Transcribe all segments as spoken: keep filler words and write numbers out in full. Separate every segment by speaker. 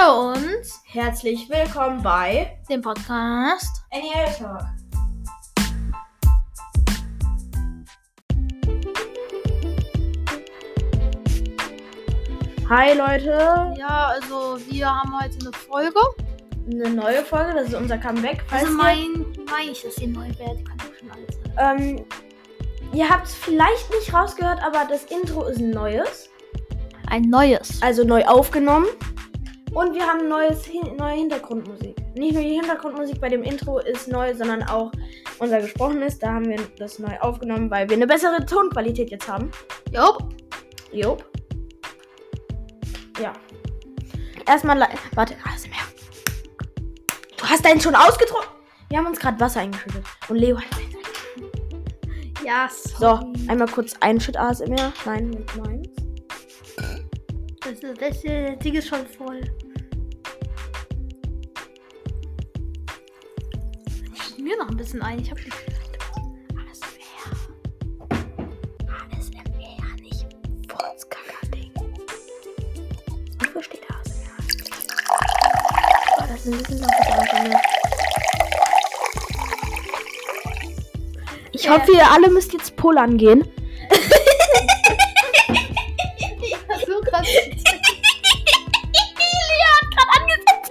Speaker 1: Hallo und
Speaker 2: herzlich willkommen bei
Speaker 1: dem Podcast
Speaker 2: N E L Talk. Hi Leute.
Speaker 1: Ja, also wir haben heute eine Folge.
Speaker 2: Eine neue Folge, das ist unser Comeback.
Speaker 1: Also mein, mein ich, dass die neu wäre, die kann auch schon alles sein.
Speaker 2: Ähm, ihr habt es vielleicht nicht rausgehört, aber das Intro ist ein neues.
Speaker 1: Ein neues.
Speaker 2: Also neu aufgenommen. Und wir haben neues, neue Hintergrundmusik. Nicht nur die Hintergrundmusik bei dem Intro ist neu, sondern auch unser Gesprochenes. Da haben wir das neu aufgenommen, weil wir eine bessere Tonqualität jetzt haben.
Speaker 1: Jupp.
Speaker 2: Jupp. Ja. Erstmal, le- warte, A S M R. Du hast deinen schon ausgetrunken? Wir haben uns gerade Wasser eingeschüttet. Und Leo hat seinen eingeschüttet.
Speaker 1: Ja,
Speaker 2: So, einmal kurz Einschütt A S M R. Nein, nicht meins.
Speaker 1: Das, das, das Ding ist schon voll. Ich schütte mir noch ein bisschen ein. Ich hab nicht
Speaker 2: A S M R. A S M R, nicht Furzkacker-Ding. Wofür steht A S M R? Oh, das ist ein bisschen noch A S M R. Ich
Speaker 1: Äh.
Speaker 2: hoffe, ihr alle müsst jetzt pullern gehen.
Speaker 1: so krass.
Speaker 2: Leo hat gerade angesetzt.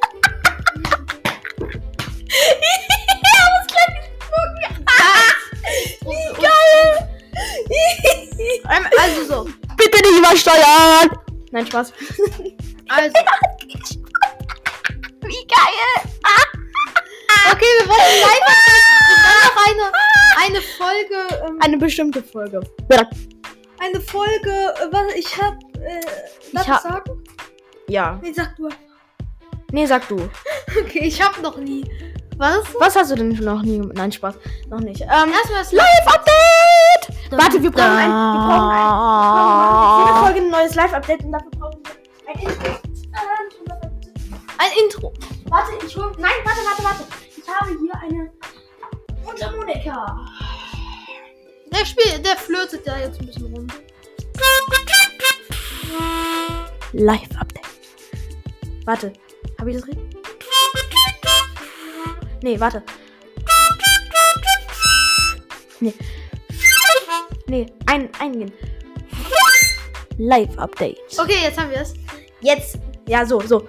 Speaker 2: Er muss gleich gespuckt. Wie geil.
Speaker 1: Ähm, also so.
Speaker 2: Bitte nicht übersteuern. Nein, Spaß.
Speaker 1: Also.
Speaker 2: Wie geil.
Speaker 1: Okay, wir wollen live und dann noch eine, eine Folge. Ähm,
Speaker 2: Eine bestimmte Folge. Ja.
Speaker 1: eine Folge, äh, was ich hab. Äh, darf
Speaker 2: Ich
Speaker 1: ich
Speaker 2: hab-
Speaker 1: sagen?
Speaker 2: Ja.
Speaker 1: Nee, sag du.
Speaker 2: Nee, sag du.
Speaker 1: Okay, ich hab noch nie. Was?
Speaker 2: Was hast du denn noch nie gemacht? Nein, Spaß. Noch nicht. Ähm,
Speaker 1: Erstmal das
Speaker 2: Live-Update! Warte, wir brauchen ein, wir brauchen ein, wir brauchen jede Folge ein neues Live-Update und dafür brauchen wir ein Intro.
Speaker 1: Ein Intro.
Speaker 2: Warte, ich hol, nein, warte, warte, warte. Ich habe hier eine Mundharmonika.
Speaker 1: Der spielt, der flirtet da jetzt ein bisschen rum.
Speaker 2: Live-Update. Warte, habe ich das richtig? Nee, warte. Nee. Nee, ein, eingehen. Live-Update.
Speaker 1: Okay, jetzt haben wir es.
Speaker 2: Jetzt, ja, so, so.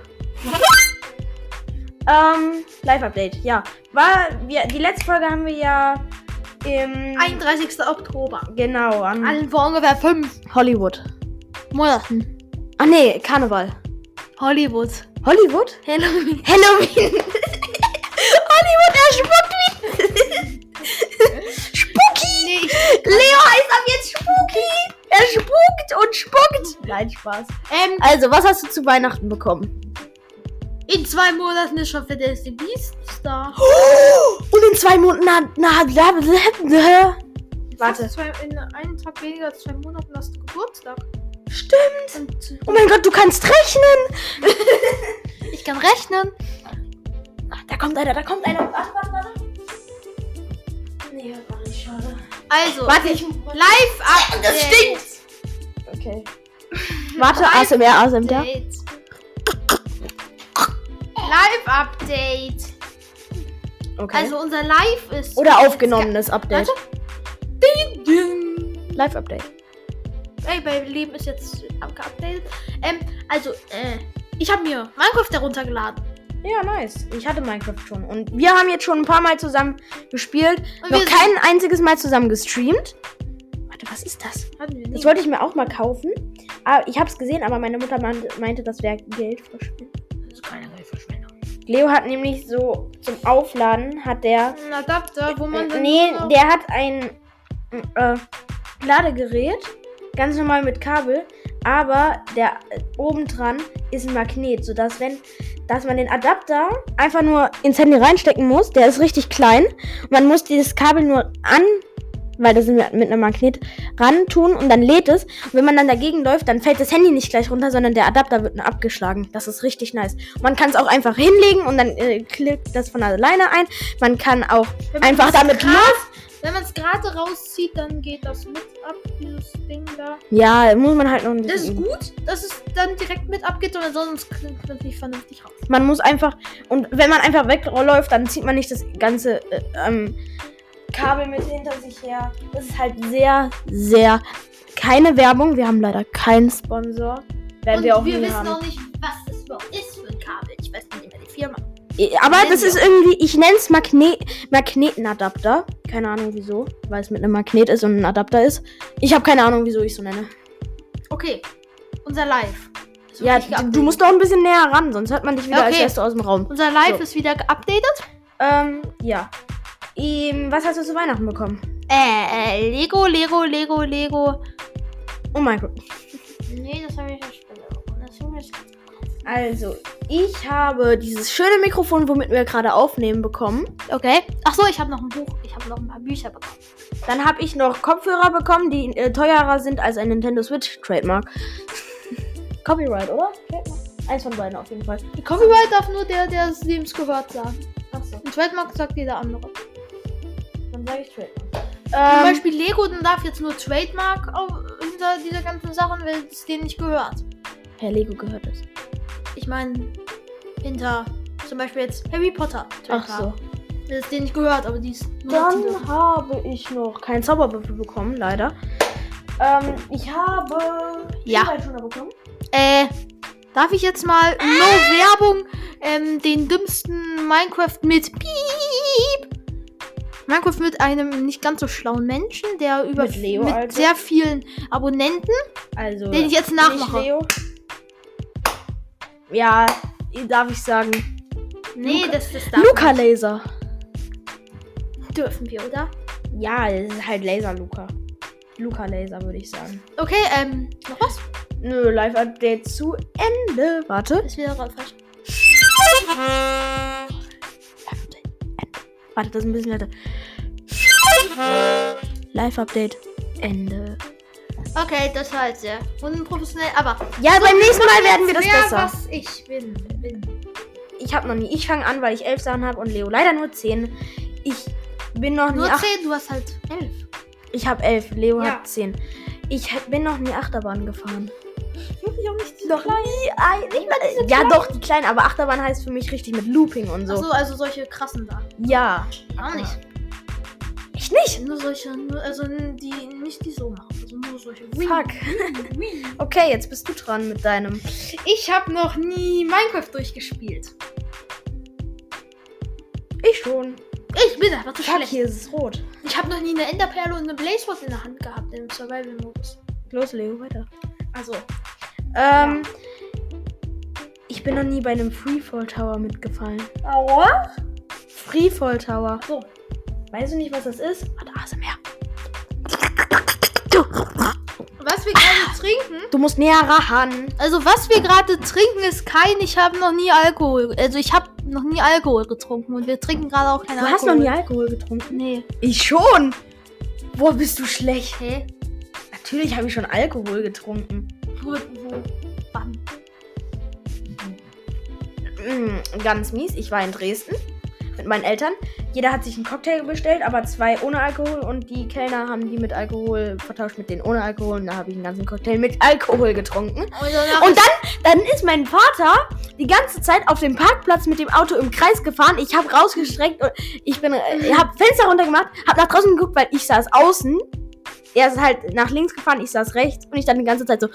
Speaker 2: Ähm, Live-Update, ja. War, wir, die letzte Folge haben wir ja im...
Speaker 1: einunddreißigster Oktober.
Speaker 2: Genau, an
Speaker 1: Also vor ungefähr fünf
Speaker 2: Hollywood.
Speaker 1: Monaten.
Speaker 2: Ach nee, Karneval.
Speaker 1: Hollywood.
Speaker 2: Hollywood?
Speaker 1: Halloween.
Speaker 2: Halloween. Hollywood, er spuckt wie... Spooky.
Speaker 1: Nee, ich,
Speaker 2: Leo heißt ab jetzt Spooky. Er spuckt und spuckt. Nein, Spaß.
Speaker 1: ähm,
Speaker 2: Also, was hast du zu Weihnachten bekommen?
Speaker 1: in zwei Monaten ist schon Fantastic Beasts da.
Speaker 2: Und in zwei Monaten... Na, na, na, Warte.
Speaker 1: Fast zwei, in einem Tag weniger als zwei Monaten hast du Geburtstag.
Speaker 2: Stimmt.
Speaker 1: Und
Speaker 2: Oh mein Gott, du kannst rechnen.
Speaker 1: ich kann rechnen.
Speaker 2: Da kommt einer, da kommt einer. Warte, warte, warte. Nee, warte, ich schade.
Speaker 1: Also,
Speaker 2: Warte, ich...
Speaker 1: Live-Update.
Speaker 2: Das stinkt. Okay. Warte, A S M R, A S M R.
Speaker 1: Update. Live-Update.
Speaker 2: Okay.
Speaker 1: Also unser Live ist...
Speaker 2: Oder aufgenommenes Update.
Speaker 1: Warte. Ding, ding.
Speaker 2: Live-Update.
Speaker 1: Ey, mein Leben ist jetzt geupdatet. Ähm, also, äh, ich habe mir Minecraft heruntergeladen.
Speaker 2: Ja, nice. Ich hatte Minecraft schon. Und wir haben jetzt schon ein paar Mal zusammen gespielt.
Speaker 1: Und
Speaker 2: Noch
Speaker 1: wir
Speaker 2: kein einziges Mal zusammen gestreamt. Warte, was ist das?
Speaker 1: Hatten wir
Speaker 2: Das
Speaker 1: nicht.
Speaker 2: wollte ich mir auch mal kaufen. Aber ich habe es gesehen, aber meine Mutter meinte, meinte das wäre Geldverschwendung.
Speaker 1: Das ist keine Geldverschwendung.
Speaker 2: Leo hat nämlich so zum Aufladen hat der...
Speaker 1: Ein Adapter, wo man...
Speaker 2: Äh, nee, der hat ein äh, Ladegerät, ganz normal mit Kabel, aber der äh, obendran ist ein Magnet, sodass wenn, dass man den Adapter einfach nur ins Handy reinstecken muss, der ist richtig klein, und man muss dieses Kabel nur an, weil das mit einem Magnet ran tun und dann lädt es. Und wenn man dann dagegen läuft, dann fällt das Handy nicht gleich runter, sondern der Adapter wird nur abgeschlagen. Das ist richtig nice. Man kann es auch einfach hinlegen und dann äh, klickt das von alleine ein. Man kann auch
Speaker 1: Wenn man
Speaker 2: einfach
Speaker 1: das
Speaker 2: damit
Speaker 1: Kraft-
Speaker 2: los.
Speaker 1: Wenn man es gerade rauszieht, dann geht das mit ab, dieses Ding da.
Speaker 2: Ja, muss man halt noch ein
Speaker 1: Das ist
Speaker 2: bisschen.
Speaker 1: gut, dass es dann direkt mit abgeht, und sonst klingt es nicht vernünftig raus.
Speaker 2: Man muss einfach. Und wenn man einfach wegläuft, dann zieht man nicht das ganze äh, ähm, Kabel mit hinter sich her. Das ist halt sehr, sehr. Keine Werbung. Wir haben leider keinen Sponsor. Werden
Speaker 1: Und
Speaker 2: wir auch
Speaker 1: wir
Speaker 2: nie
Speaker 1: wissen
Speaker 2: haben.
Speaker 1: auch nicht, was das überhaupt ist für ein Kabel. Ich weiß nicht mehr die Firma.
Speaker 2: Aber
Speaker 1: Nennen
Speaker 2: das
Speaker 1: wir
Speaker 2: ist irgendwie, ich nenne es Magne Magnetenadapter. Keine Ahnung wieso, weil es mit einem Magnet ist und ein Adapter ist. Ich habe keine Ahnung, wieso ich es so nenne.
Speaker 1: Okay, unser Live. ist
Speaker 2: Ja,
Speaker 1: wirklich
Speaker 2: du,
Speaker 1: geupdatet.
Speaker 2: du musst doch ein bisschen näher ran, sonst hört man dich wieder
Speaker 1: Okay.
Speaker 2: als Erste aus dem Raum.
Speaker 1: Unser Live
Speaker 2: So.
Speaker 1: ist wieder geupdatet.
Speaker 2: Ähm, ja. Ähm, was hast du zu Weihnachten bekommen?
Speaker 1: Äh, äh, Lego, Lego, Lego, Lego.
Speaker 2: Oh mein Gott.
Speaker 1: Nee, das habe ich nicht bekommen. Das habe ich nicht.
Speaker 2: Also, ich habe dieses schöne Mikrofon, womit wir gerade aufnehmen, bekommen.
Speaker 1: Okay. Ach so, ich habe noch ein Buch. Ich habe noch ein paar Bücher bekommen.
Speaker 2: Dann habe ich noch Kopfhörer bekommen, die äh, teurer sind als ein Nintendo Switch Trademark. Copyright, oder? Trademark? Eins von beiden auf jeden Fall.
Speaker 1: Die Copyright darf nur der, der es dem es gehört, sagen.
Speaker 2: Achso,
Speaker 1: Und Trademark sagt jeder andere.
Speaker 2: dann sage ich Trademark.
Speaker 1: Zum
Speaker 2: Ähm,
Speaker 1: Beispiel Lego, dann darf jetzt nur Trademark auf, hinter dieser ganzen Sachen, weil es denen nicht gehört.
Speaker 2: Herr Lego gehört es.
Speaker 1: Ich meine, hinter zum Beispiel jetzt Harry Potter.
Speaker 2: Ach so.
Speaker 1: Weil es denen nicht gehört, aber die ist nur Titel.
Speaker 2: Dann habe ich noch keinen Zauberwürfel bekommen, leider. Ähm, ich habe
Speaker 1: Ja.
Speaker 2: Kindheitsschoner bekommen.
Speaker 1: Äh, darf ich jetzt mal no Werbung ähm, den dümmsten Minecraft mit Piep. Minecraft mit einem nicht ganz so schlauen Menschen, der über
Speaker 2: Mit Leo,
Speaker 1: mit
Speaker 2: also?
Speaker 1: sehr vielen Abonnenten,
Speaker 2: Also,
Speaker 1: den ich jetzt
Speaker 2: bin
Speaker 1: nachmache.
Speaker 2: Leo. Ja, darf ich sagen.
Speaker 1: Nee,
Speaker 2: Luca-
Speaker 1: das, das darf
Speaker 2: Luca
Speaker 1: nicht.
Speaker 2: Laser.
Speaker 1: Dürfen wir, oder?
Speaker 2: Ja, das ist halt Laser Luca. Luca Laser, würde ich sagen.
Speaker 1: Okay, ähm, noch was?
Speaker 2: Nö, Live-Update zu Ende. Warte.
Speaker 1: Ist wieder gerade falsch.
Speaker 2: Live-Update. Ende. Warte, das ist ein bisschen lauter. Live-Update. Ende.
Speaker 1: Okay, das war jetzt sehr unprofessionell, aber
Speaker 2: Ja, beim nächsten Mal werden wir das
Speaker 1: wer,
Speaker 2: besser.
Speaker 1: was ich bin, bin.
Speaker 2: Ich habe noch nie. Ich fange an, weil ich elf Sachen habe und Leo leider nur zehn. Ich bin noch nie.
Speaker 1: Nur
Speaker 2: Ach,
Speaker 1: zehn, du hast halt elf.
Speaker 2: ich habe elf. Leo
Speaker 1: Ja.
Speaker 2: hat zehn. Ich hab- bin noch nie Achterbahn gefahren.
Speaker 1: Wirklich auch nicht
Speaker 2: Noch nie. Ein, nicht mal diese ja, doch, die kleinen. Aber Achterbahn heißt für mich richtig mit Looping und so.
Speaker 1: Achso, also solche krassen da.
Speaker 2: Ja.
Speaker 1: Auch nicht.
Speaker 2: Ich nicht.
Speaker 1: Nur solche, nur, also die nicht die so machen. Also nur solche.
Speaker 2: Fuck. Okay, jetzt bist du dran mit deinem.
Speaker 1: Ich habe noch nie Minecraft durchgespielt.
Speaker 2: Ich schon.
Speaker 1: Ich bin einfach zu
Speaker 2: Fuck,
Speaker 1: schlecht.
Speaker 2: hier ist es rot.
Speaker 1: Ich habe noch nie eine Enderperle und eine Blazeword in der Hand gehabt im Survival-Modus.
Speaker 2: Los, Leo, weiter.
Speaker 1: Also,
Speaker 2: Ähm. Ich bin noch nie bei einem Freefall Tower mitgefallen.
Speaker 1: Aua?
Speaker 2: Freefall Tower.
Speaker 1: So.
Speaker 2: Weißt du nicht, was das ist? Warte, A S M R.
Speaker 1: Was wir gerade trinken,
Speaker 2: Du musst näher ran.
Speaker 1: also was wir gerade trinken, ist kein, ich habe noch nie Alkohol, also ich habe noch nie Alkohol getrunken und wir trinken gerade auch keinen
Speaker 2: Du
Speaker 1: Alkohol.
Speaker 2: hast noch nie Alkohol getrunken?
Speaker 1: Nee.
Speaker 2: Ich schon. Boah, bist du schlecht.
Speaker 1: Hä?
Speaker 2: Natürlich habe ich schon Alkohol getrunken.
Speaker 1: Wo, wo, wann?
Speaker 2: Mm, ganz mies. Ich war in Dresden mit meinen Eltern. Jeder hat sich einen Cocktail bestellt, aber zwei ohne Alkohol und die Kellner haben die mit Alkohol vertauscht mit denen ohne Alkohol und da habe ich einen ganzen Cocktail mit Alkohol getrunken.
Speaker 1: Und danach
Speaker 2: Und dann, dann ist mein Vater die ganze Zeit auf dem Parkplatz mit dem Auto im Kreis gefahren. Ich habe rausgestreckt und ich bin, äh, habe Fenster runtergemacht, habe nach draußen geguckt, weil ich saß außen. Er ist halt nach links gefahren, ich saß rechts und ich dann die ganze Zeit so.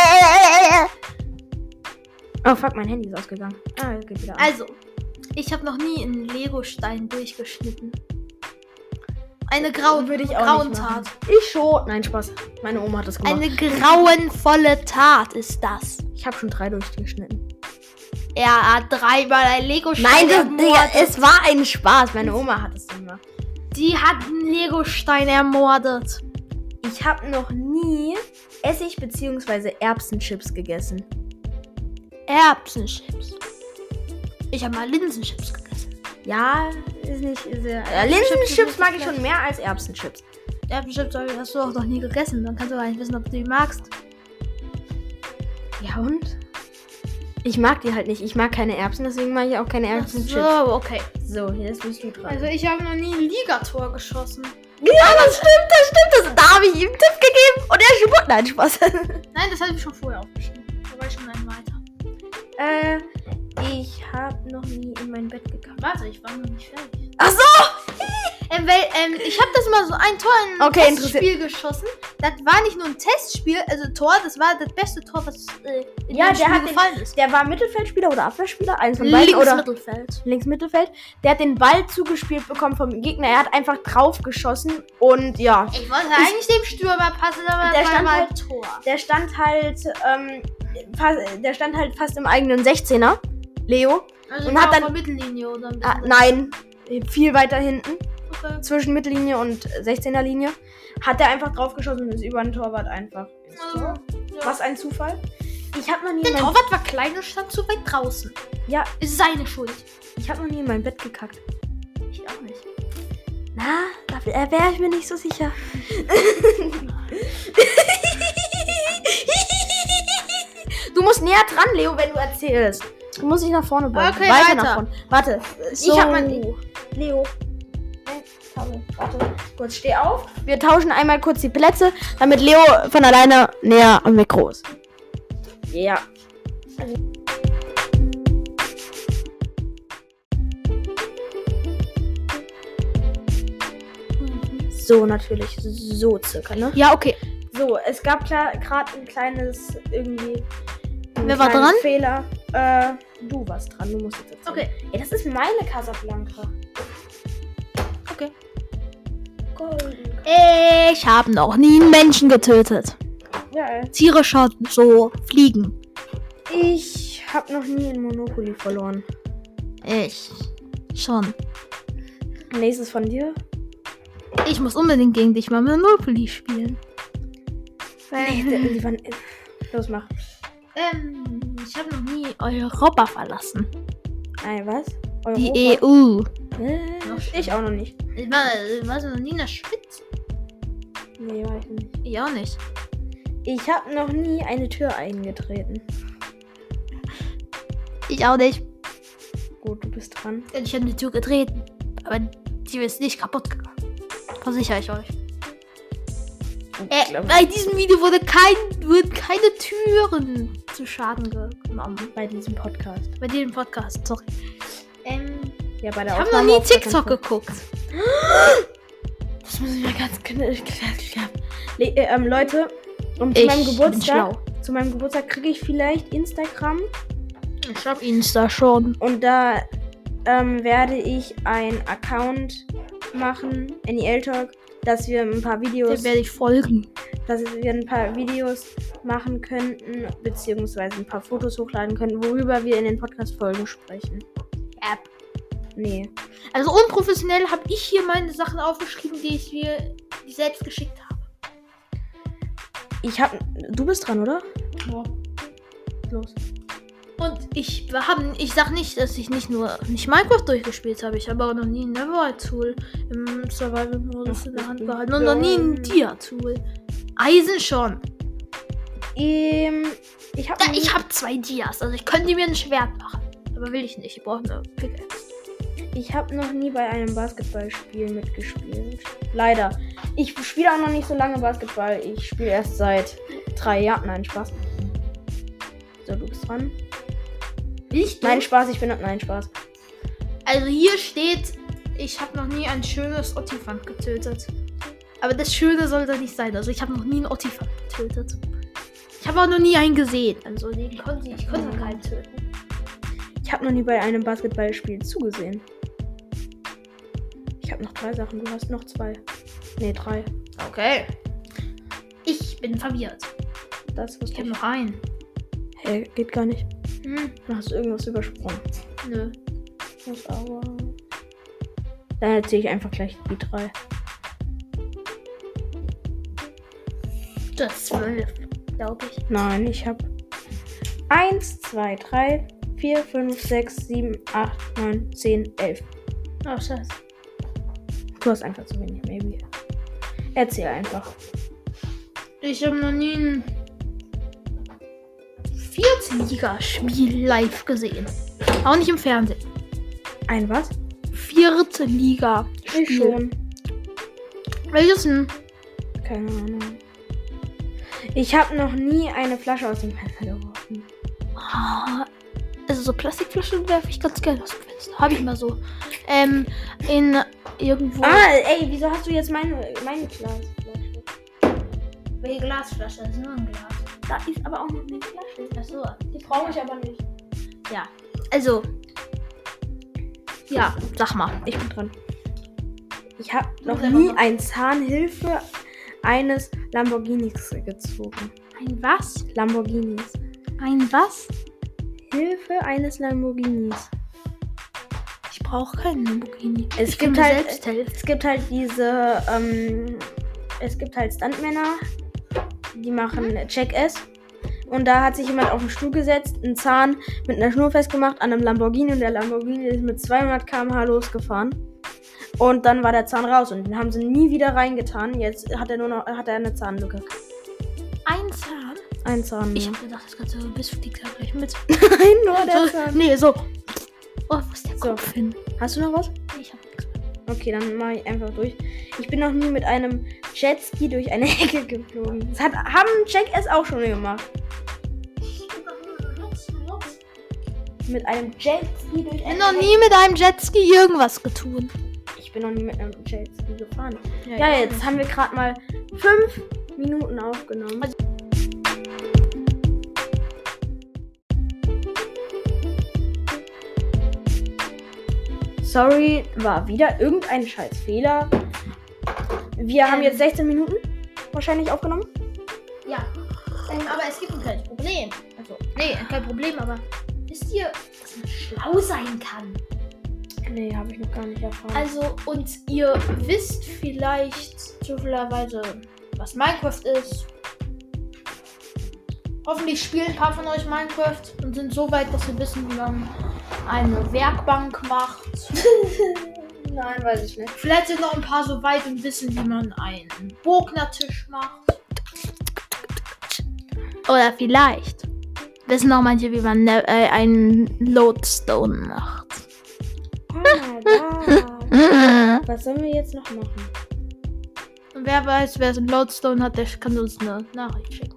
Speaker 2: Oh fuck, mein Handy ist ausgegangen. Ah, geht wieder an.
Speaker 1: Also, ich habe noch nie einen Lego-Stein durchgeschnitten. Eine grauen,
Speaker 2: würde ich auch
Speaker 1: grauen
Speaker 2: nicht machen.
Speaker 1: Tat.
Speaker 2: Ich schon. Nein, Spaß. Meine Oma hat das gemacht.
Speaker 1: Eine grauenvolle Tat ist das.
Speaker 2: Ich habe schon drei durchgeschnitten.
Speaker 1: Er hat dreimal ein Lego-Stein
Speaker 2: Nein, das,
Speaker 1: ermordet.
Speaker 2: Digga, es war ein Spaß. Meine Oma hat es gemacht.
Speaker 1: Die hat einen Lego-Stein ermordet.
Speaker 2: Ich habe noch nie Essig- bzw. Erbsenchips gegessen.
Speaker 1: Erbsenchips. Ich habe mal Linsenchips gegessen.
Speaker 2: Ja, ist nicht sehr. Ja,
Speaker 1: Linsenchips
Speaker 2: Linsenchips
Speaker 1: ist
Speaker 2: mag
Speaker 1: nicht
Speaker 2: ich schon mehr als Erbsenchips.
Speaker 1: Erbsenchips hast du auch noch nie gegessen. Dann kannst du gar nicht wissen, ob du die magst.
Speaker 2: Ja und? Ich mag die halt nicht. Ich mag keine Erbsen, deswegen mag ich auch keine Erbsenchips.
Speaker 1: So, okay.
Speaker 2: So, jetzt bist du dran.
Speaker 1: Also ich habe noch nie ein Ligator geschossen.
Speaker 2: Ja, das stimmt, das stimmt. Das, da habe ich ihm einen Tipp gegeben und er schwört. Nein, Spaß.
Speaker 1: Nein, das habe ich schon vorher aufgeschrieben. Da war ich schon einen weiter.
Speaker 2: Äh, ich habe noch nie in mein Bett gekackt.
Speaker 1: Warte, ich war noch nicht fertig.
Speaker 2: Ach so!
Speaker 1: Ähm, weil, ähm, ich habe das mal so ein Tor in ein
Speaker 2: Okay,
Speaker 1: Testspiel geschossen. Das war nicht nur ein Testspiel, also Tor, das war das beste Tor, was äh, in
Speaker 2: Ja,
Speaker 1: dem
Speaker 2: der
Speaker 1: Spiel
Speaker 2: hat den-
Speaker 1: gefallen ist.
Speaker 2: Der war Mittelfeldspieler oder Abwehrspieler? Eins von beiden.
Speaker 1: Links
Speaker 2: Oder
Speaker 1: Mittelfeld.
Speaker 2: links Mittelfeld. Der hat den Ball zugespielt bekommen vom Gegner. Er hat einfach drauf geschossen und ja.
Speaker 1: Ich wollte eigentlich dem Stürmer passen, aber
Speaker 2: Der
Speaker 1: das war
Speaker 2: stand
Speaker 1: mal
Speaker 2: halt-
Speaker 1: Tor.
Speaker 2: Der stand halt, ähm, fast, der stand halt fast im eigenen sechzehner. Leo.
Speaker 1: Also
Speaker 2: und
Speaker 1: war
Speaker 2: hat
Speaker 1: auf
Speaker 2: dann-
Speaker 1: der Mittellinie oder ein
Speaker 2: Ah,
Speaker 1: bisschen-
Speaker 2: nein, viel weiter hinten.
Speaker 1: Okay.
Speaker 2: Zwischen Mittellinie und sechzehner Linie. Hat er einfach drauf geschossen und ist über den Torwart einfach.
Speaker 1: Also, ja.
Speaker 2: Was ein Zufall. Ich habe noch nie
Speaker 1: Der
Speaker 2: in mein,
Speaker 1: Torwart war klein und stand zu weit draußen.
Speaker 2: ja,
Speaker 1: Ist seine Schuld.
Speaker 2: ich habe noch nie in mein Bett gekackt.
Speaker 1: Ich auch nicht.
Speaker 2: Na, da wäre ich mir nicht so sicher. Du musst näher dran, Leo, wenn du erzählst. Du musst dich nach vorne beugen.
Speaker 1: Okay,
Speaker 2: weiter,
Speaker 1: weiter.
Speaker 2: nach vorne. Warte,
Speaker 1: So.
Speaker 2: ich hab mein Leo. Hey, Kabel, Warte, kurz, steh auf. Wir tauschen einmal kurz die Plätze, damit Leo von alleine näher am Mikro ist. Ja. So, natürlich. So circa, ne?
Speaker 1: Ja, okay.
Speaker 2: So, es gab gerade ein kleines irgendwie. Ein
Speaker 1: Wer war
Speaker 2: kleines
Speaker 1: dran?
Speaker 2: Fehler. Äh, du warst dran. Du musst jetzt erzählen.
Speaker 1: Okay.
Speaker 2: Ey, das ist meine Casablanca.
Speaker 1: Okay.
Speaker 2: Golden.
Speaker 1: Ich habe noch nie einen Menschen getötet.
Speaker 2: Ja, ey.
Speaker 1: Tiere schon so fliegen.
Speaker 2: Ich habe noch nie in Monopoly verloren.
Speaker 1: Ich schon.
Speaker 2: Nächstes von dir.
Speaker 1: Ich muss unbedingt gegen dich mal Monopoly spielen.
Speaker 2: Nee, die, die waren. Los, mach.
Speaker 1: Ähm, ich habe noch nie Europa verlassen.
Speaker 2: Ey, was?
Speaker 1: Die
Speaker 2: Europa?
Speaker 1: E U.
Speaker 2: Äh,
Speaker 1: Noch
Speaker 2: ich auch noch nicht.
Speaker 1: Ich war, warst du noch nie in der Schweiz?
Speaker 2: Nee, war ich nicht.
Speaker 1: Ich auch nicht.
Speaker 2: Ich habe noch nie eine Tür eingetreten.
Speaker 1: Ich auch nicht.
Speaker 2: Gut, du bist dran.
Speaker 1: Ich habe die Tür getreten. Aber die ist nicht kaputt gegangen. Versichere ich euch. Äh,
Speaker 2: glaub-
Speaker 1: bei diesem Video wurde kein, wurden keine Türen zu Schaden genommen.
Speaker 2: Bei diesem Podcast.
Speaker 1: Bei diesem Podcast, sorry. Ähm,
Speaker 2: Ja, bei der
Speaker 1: ich habe noch
Speaker 2: Aufnahme
Speaker 1: nie
Speaker 2: auf gar keinen
Speaker 1: TikTok
Speaker 2: Fall.
Speaker 1: geguckt.
Speaker 2: Das muss ich mir ganz klar. Le äh, ähm, Leute, um zu
Speaker 1: Ich
Speaker 2: meinem
Speaker 1: bin
Speaker 2: Geburtstag.
Speaker 1: schlau.
Speaker 2: Zu meinem Geburtstag kriege ich vielleicht Instagram.
Speaker 1: Ich hab Insta schon.
Speaker 2: Und da ähm, werde ich einen Account machen, N E L Talk, dass wir ein paar Videos,
Speaker 1: Dem werde ich folgen.
Speaker 2: dass wir ein paar Videos machen könnten, beziehungsweise ein paar Fotos hochladen könnten, worüber wir in den Podcast-Folgen sprechen.
Speaker 1: App.
Speaker 2: Nee.
Speaker 1: Also unprofessionell habe ich hier meine Sachen aufgeschrieben, die ich mir selbst geschickt habe.
Speaker 2: Ich hab. Du bist dran, oder?
Speaker 1: Ja.
Speaker 2: Los.
Speaker 1: Und ich habe, ich sag nicht, dass ich nicht nur nicht Minecraft durchgespielt habe. Ich habe auch noch nie ein Neverwhite-Tool im Survival-Modus
Speaker 2: Ach,
Speaker 1: in der
Speaker 2: bist
Speaker 1: Hand
Speaker 2: du
Speaker 1: gehalten. Und noch nie ein
Speaker 2: dumm.
Speaker 1: Dia-Tool. Eisen schon.
Speaker 2: Ähm, ich hab.
Speaker 1: Ja, ich habe zwei Dias. Also ich könnte mir ein Schwert machen. Aber will ich nicht. Ich brauche eine Pickaxe.
Speaker 2: Ich habe noch nie bei einem Basketballspiel mitgespielt. Leider. Ich spiele auch noch nicht so lange Basketball. Ich spiele erst seit drei Jahren. Nein, Spaß. So, du bist dran.
Speaker 1: Will ich
Speaker 2: Nein, Spaß, ich bin. Nein, Spaß.
Speaker 1: Also hier steht, ich habe noch nie ein schönes Ottifant getötet. Aber das Schöne soll das nicht sein. Also ich habe noch nie einen Ottifant getötet. Ich habe auch noch nie einen gesehen. Also den konnte ich, ich konnte keinen töten.
Speaker 2: Ich habe noch nie bei einem Basketballspiel zugesehen. Ich habe noch drei Sachen. Du hast noch zwei. Nee, drei.
Speaker 1: Okay. Ich bin verwirrt.
Speaker 2: Das
Speaker 1: Ich
Speaker 2: wusste
Speaker 1: habe
Speaker 2: ich.
Speaker 1: noch einen.
Speaker 2: Hey, geht gar nicht.
Speaker 1: Hm,
Speaker 2: Dann hast du irgendwas übersprungen.
Speaker 1: nö.
Speaker 2: Das aber. Dann erzähle ich einfach gleich die drei.
Speaker 1: Das ist zwölf, glaube ich.
Speaker 2: Nein, ich habe eins, zwei, drei, vier, fünf, sechs, sieben, acht, neun, zehn, elf.
Speaker 1: Oh, scheiße.
Speaker 2: Du hast einfach zu wenig, maybe. Erzähl einfach.
Speaker 1: Ich habe noch nie ein Viertligaspiel live gesehen. Auch nicht im Fernsehen.
Speaker 2: Ein was?
Speaker 1: Vierte Liga.
Speaker 2: Ich schon.
Speaker 1: Welches denn?
Speaker 2: Keine Ahnung. Ich habe noch nie eine Flasche aus dem Fenster geworfen.
Speaker 1: Also so Plastikflaschen werfe ich ganz gerne aus dem Fenster. Habe ich mal so. Ähm, in irgendwo...
Speaker 2: Ah, ey, wieso hast du jetzt meine, meine Glasflasche?
Speaker 1: Welche Glasflasche? Das ist nur ein Glas.
Speaker 2: Da ist aber auch noch eine Flasche.
Speaker 1: Achso.
Speaker 2: Die brauche ich aber nicht.
Speaker 1: Ja. Also. Ja, sag mal.
Speaker 2: Ich bin dran. Ich habe noch
Speaker 1: selber
Speaker 2: nie
Speaker 1: noch.
Speaker 2: ein Zahnhilfe eines Lamborghinis gezogen.
Speaker 1: Ein was?
Speaker 2: Lamborghinis.
Speaker 1: Ein was?
Speaker 2: Hilfe eines Lamborghinis.
Speaker 1: Ich brauche keinen Lamborghini.
Speaker 2: Es
Speaker 1: ich
Speaker 2: gibt
Speaker 1: kann mir
Speaker 2: halt,
Speaker 1: selbst helfen.
Speaker 2: es gibt halt diese, ähm, es gibt halt Stuntmänner, die machen
Speaker 1: Mhm.
Speaker 2: Check-S. Und da hat sich jemand auf den Stuhl gesetzt, einen Zahn mit einer Schnur festgemacht an einem Lamborghini und der Lamborghini ist mit zweihundert Kilometer pro Stunde losgefahren. Und dann war der Zahn raus und den haben sie nie wieder reingetan. Jetzt hat er nur noch, hat er eine Zahnlücke.
Speaker 1: Ein Zahn?
Speaker 2: Ein Zahn.
Speaker 1: Ich
Speaker 2: ja.
Speaker 1: habe gedacht, das ganze Biss fliegt da gleich mit.
Speaker 2: Nein, nur der
Speaker 1: So,
Speaker 2: Zahn.
Speaker 1: nee, so. Oh, wo ist der
Speaker 2: So.
Speaker 1: Kopf hin?
Speaker 2: Hast du noch was?
Speaker 1: Ich hab nichts mehr.
Speaker 2: Okay, dann mache ich einfach durch. Ich bin noch nie mit einem Jetski durch eine Hecke geflogen. Das hat, haben Check-S auch schon gemacht. Mit einem Jetski durch
Speaker 1: Ich
Speaker 2: eine
Speaker 1: bin noch
Speaker 2: Hecke.
Speaker 1: nie mit einem Jetski irgendwas getan.
Speaker 2: Ich bin noch nie mit einem Jetski gefahren.
Speaker 1: Ja,
Speaker 2: Ja, jetzt haben wir gerade mal fünf Minuten aufgenommen.
Speaker 1: Also-
Speaker 2: Sorry, war wieder irgendein scheiß Fehler. Wir
Speaker 1: Ähm.
Speaker 2: haben jetzt sechzehn Minuten wahrscheinlich aufgenommen.
Speaker 1: Ja. Ähm, aber es gibt ein kleines Problem. Also, nee, kein Problem, aber wisst ihr, dass man schlau sein kann?
Speaker 2: Nee, habe ich noch gar nicht erfahren.
Speaker 1: Also, und ihr wisst vielleicht zufälligerweise, was Minecraft ist. Hoffentlich spielen ein paar von euch Minecraft und sind so weit, dass sie wissen, wie man eine Werkbank macht.
Speaker 2: Nein, weiß ich nicht.
Speaker 1: Vielleicht sind noch ein paar so weit und wissen, wie man einen Bognertisch macht. Oder vielleicht wissen auch manche, wie man ne, äh, einen Lodestone macht.
Speaker 2: Ah, da. Was sollen wir jetzt noch machen?
Speaker 1: Und wer weiß, wer so einen Lodestone hat, der kann uns eine Nachricht schicken.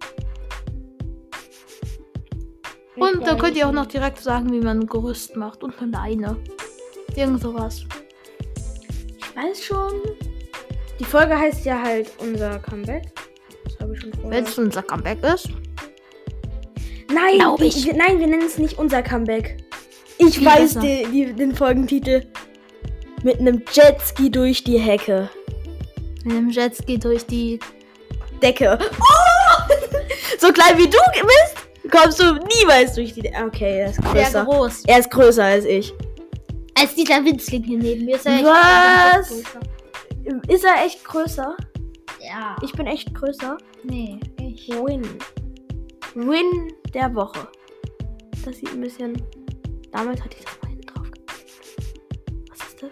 Speaker 1: Und da könnt ihr auch noch direkt sagen, wie man ein Gerüst macht und eine Leine. Irgend sowas.
Speaker 2: Ich weiß schon. Die Folge heißt ja halt unser Comeback. Das habe ich schon vorher.
Speaker 1: Wenn es unser Comeback ist.
Speaker 2: Nein,
Speaker 1: Glaub ich.
Speaker 2: Wir, nein, wir nennen es nicht unser Comeback. Ich
Speaker 1: Wie
Speaker 2: weiß
Speaker 1: besser?
Speaker 2: die, die, den Folgentitel. Mit einem Jetski durch die Hecke.
Speaker 1: Mit dem Jetski durch die...
Speaker 2: Decke. Oh! So klein wie du bist, kommst du niemals durch die Decke. Okay, er ist
Speaker 1: Sehr
Speaker 2: größer.
Speaker 1: groß.
Speaker 2: Er ist größer als ich.
Speaker 1: Als dieser Winzling hier neben mir ist er echt
Speaker 2: Was?
Speaker 1: größer.
Speaker 2: Ist er echt größer?
Speaker 1: Ja.
Speaker 2: Ich bin echt größer.
Speaker 1: Nee, ich.
Speaker 2: Win. Win der Woche. Das sieht ein bisschen... Damals hatte ich das mal hinten drauf. Was ist das?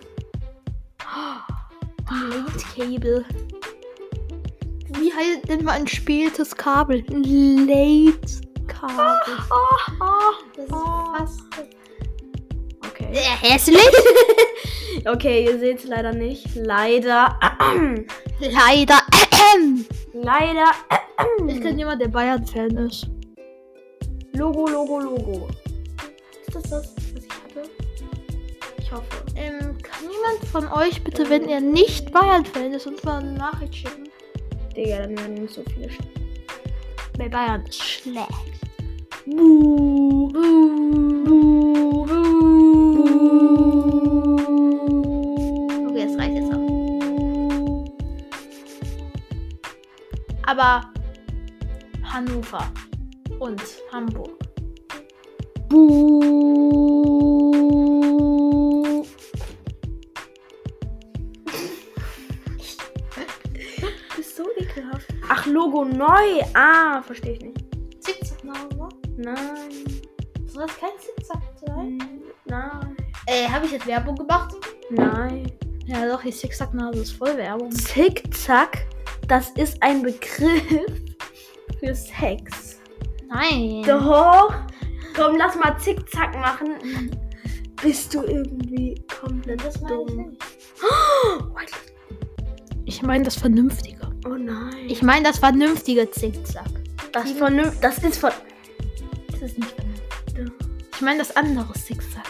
Speaker 1: Late Cable. Wie heißt denn mal ein spätes Kabel? Ein Late Kabel. Das ist fast
Speaker 2: Okay.
Speaker 1: sehr hässlich.
Speaker 2: Okay, ihr seht es leider nicht. Leider.
Speaker 1: Leider.
Speaker 2: Leider.
Speaker 1: Ich kenne jemanden, der Bayern-Fan ist.
Speaker 2: Logo, Logo, Logo. Ist das das, was ich hatte? Ich hoffe.
Speaker 1: Ähm, kann jemand von euch bitte, wenn er nicht Bayern-Fan ist, uns mal eine Nachricht schicken?
Speaker 2: Digga, dann werden nicht so viele Sch
Speaker 1: Bei Bayern ist schlecht.
Speaker 2: Buh.
Speaker 1: Buh.
Speaker 2: Buh. Buh.
Speaker 1: Okay, das reicht jetzt auch. Aber Hannover und Hamburg.
Speaker 2: Buh. Du bist so ekelhaft. Ach, Logo neu. Ah, verstehe ich nicht.
Speaker 1: Zickzack-Nase?
Speaker 2: Nein.
Speaker 1: Soll das kein Zickzack sein?
Speaker 2: Nein.
Speaker 1: Äh, habe ich jetzt Werbung gemacht?
Speaker 2: Nein.
Speaker 1: Ja doch, die Zickzack-Nase ist voll Werbung.
Speaker 2: Zickzack, das ist ein Begriff für Sex.
Speaker 1: Nein.
Speaker 2: Doch. Komm, lass mal Zickzack machen. Bist du irgendwie komplett
Speaker 1: Das meine ich
Speaker 2: dumm?
Speaker 1: nicht. Ich meine das Vernünftige.
Speaker 2: Oh nein.
Speaker 1: Ich meine das vernünftige Zickzack.
Speaker 2: Das, vernünf- das ist von...
Speaker 1: Das ist nicht vernünftig. Ich meine das andere Zickzack.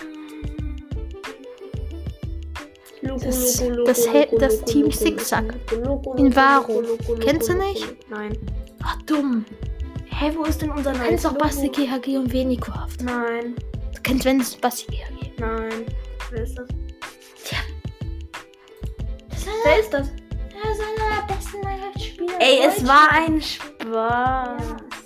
Speaker 1: Das, das, das, das Team Zickzack. In Varo. Kennst du nicht?
Speaker 2: Nein.
Speaker 1: Ach, dumm.
Speaker 2: Hä, wo ist denn unser
Speaker 1: Du
Speaker 2: neues
Speaker 1: kennst doch
Speaker 2: Logo?
Speaker 1: Basti G H G und Venicraft.
Speaker 2: Nein.
Speaker 1: Du kennst Wendes Basti G H G.
Speaker 2: Nein. Wer ist das?
Speaker 1: Tja. Das ist
Speaker 2: Wer ist das?
Speaker 1: einer, das ist einer der besten Minecraft-Spieler.
Speaker 2: Ey, es war ein Spaß.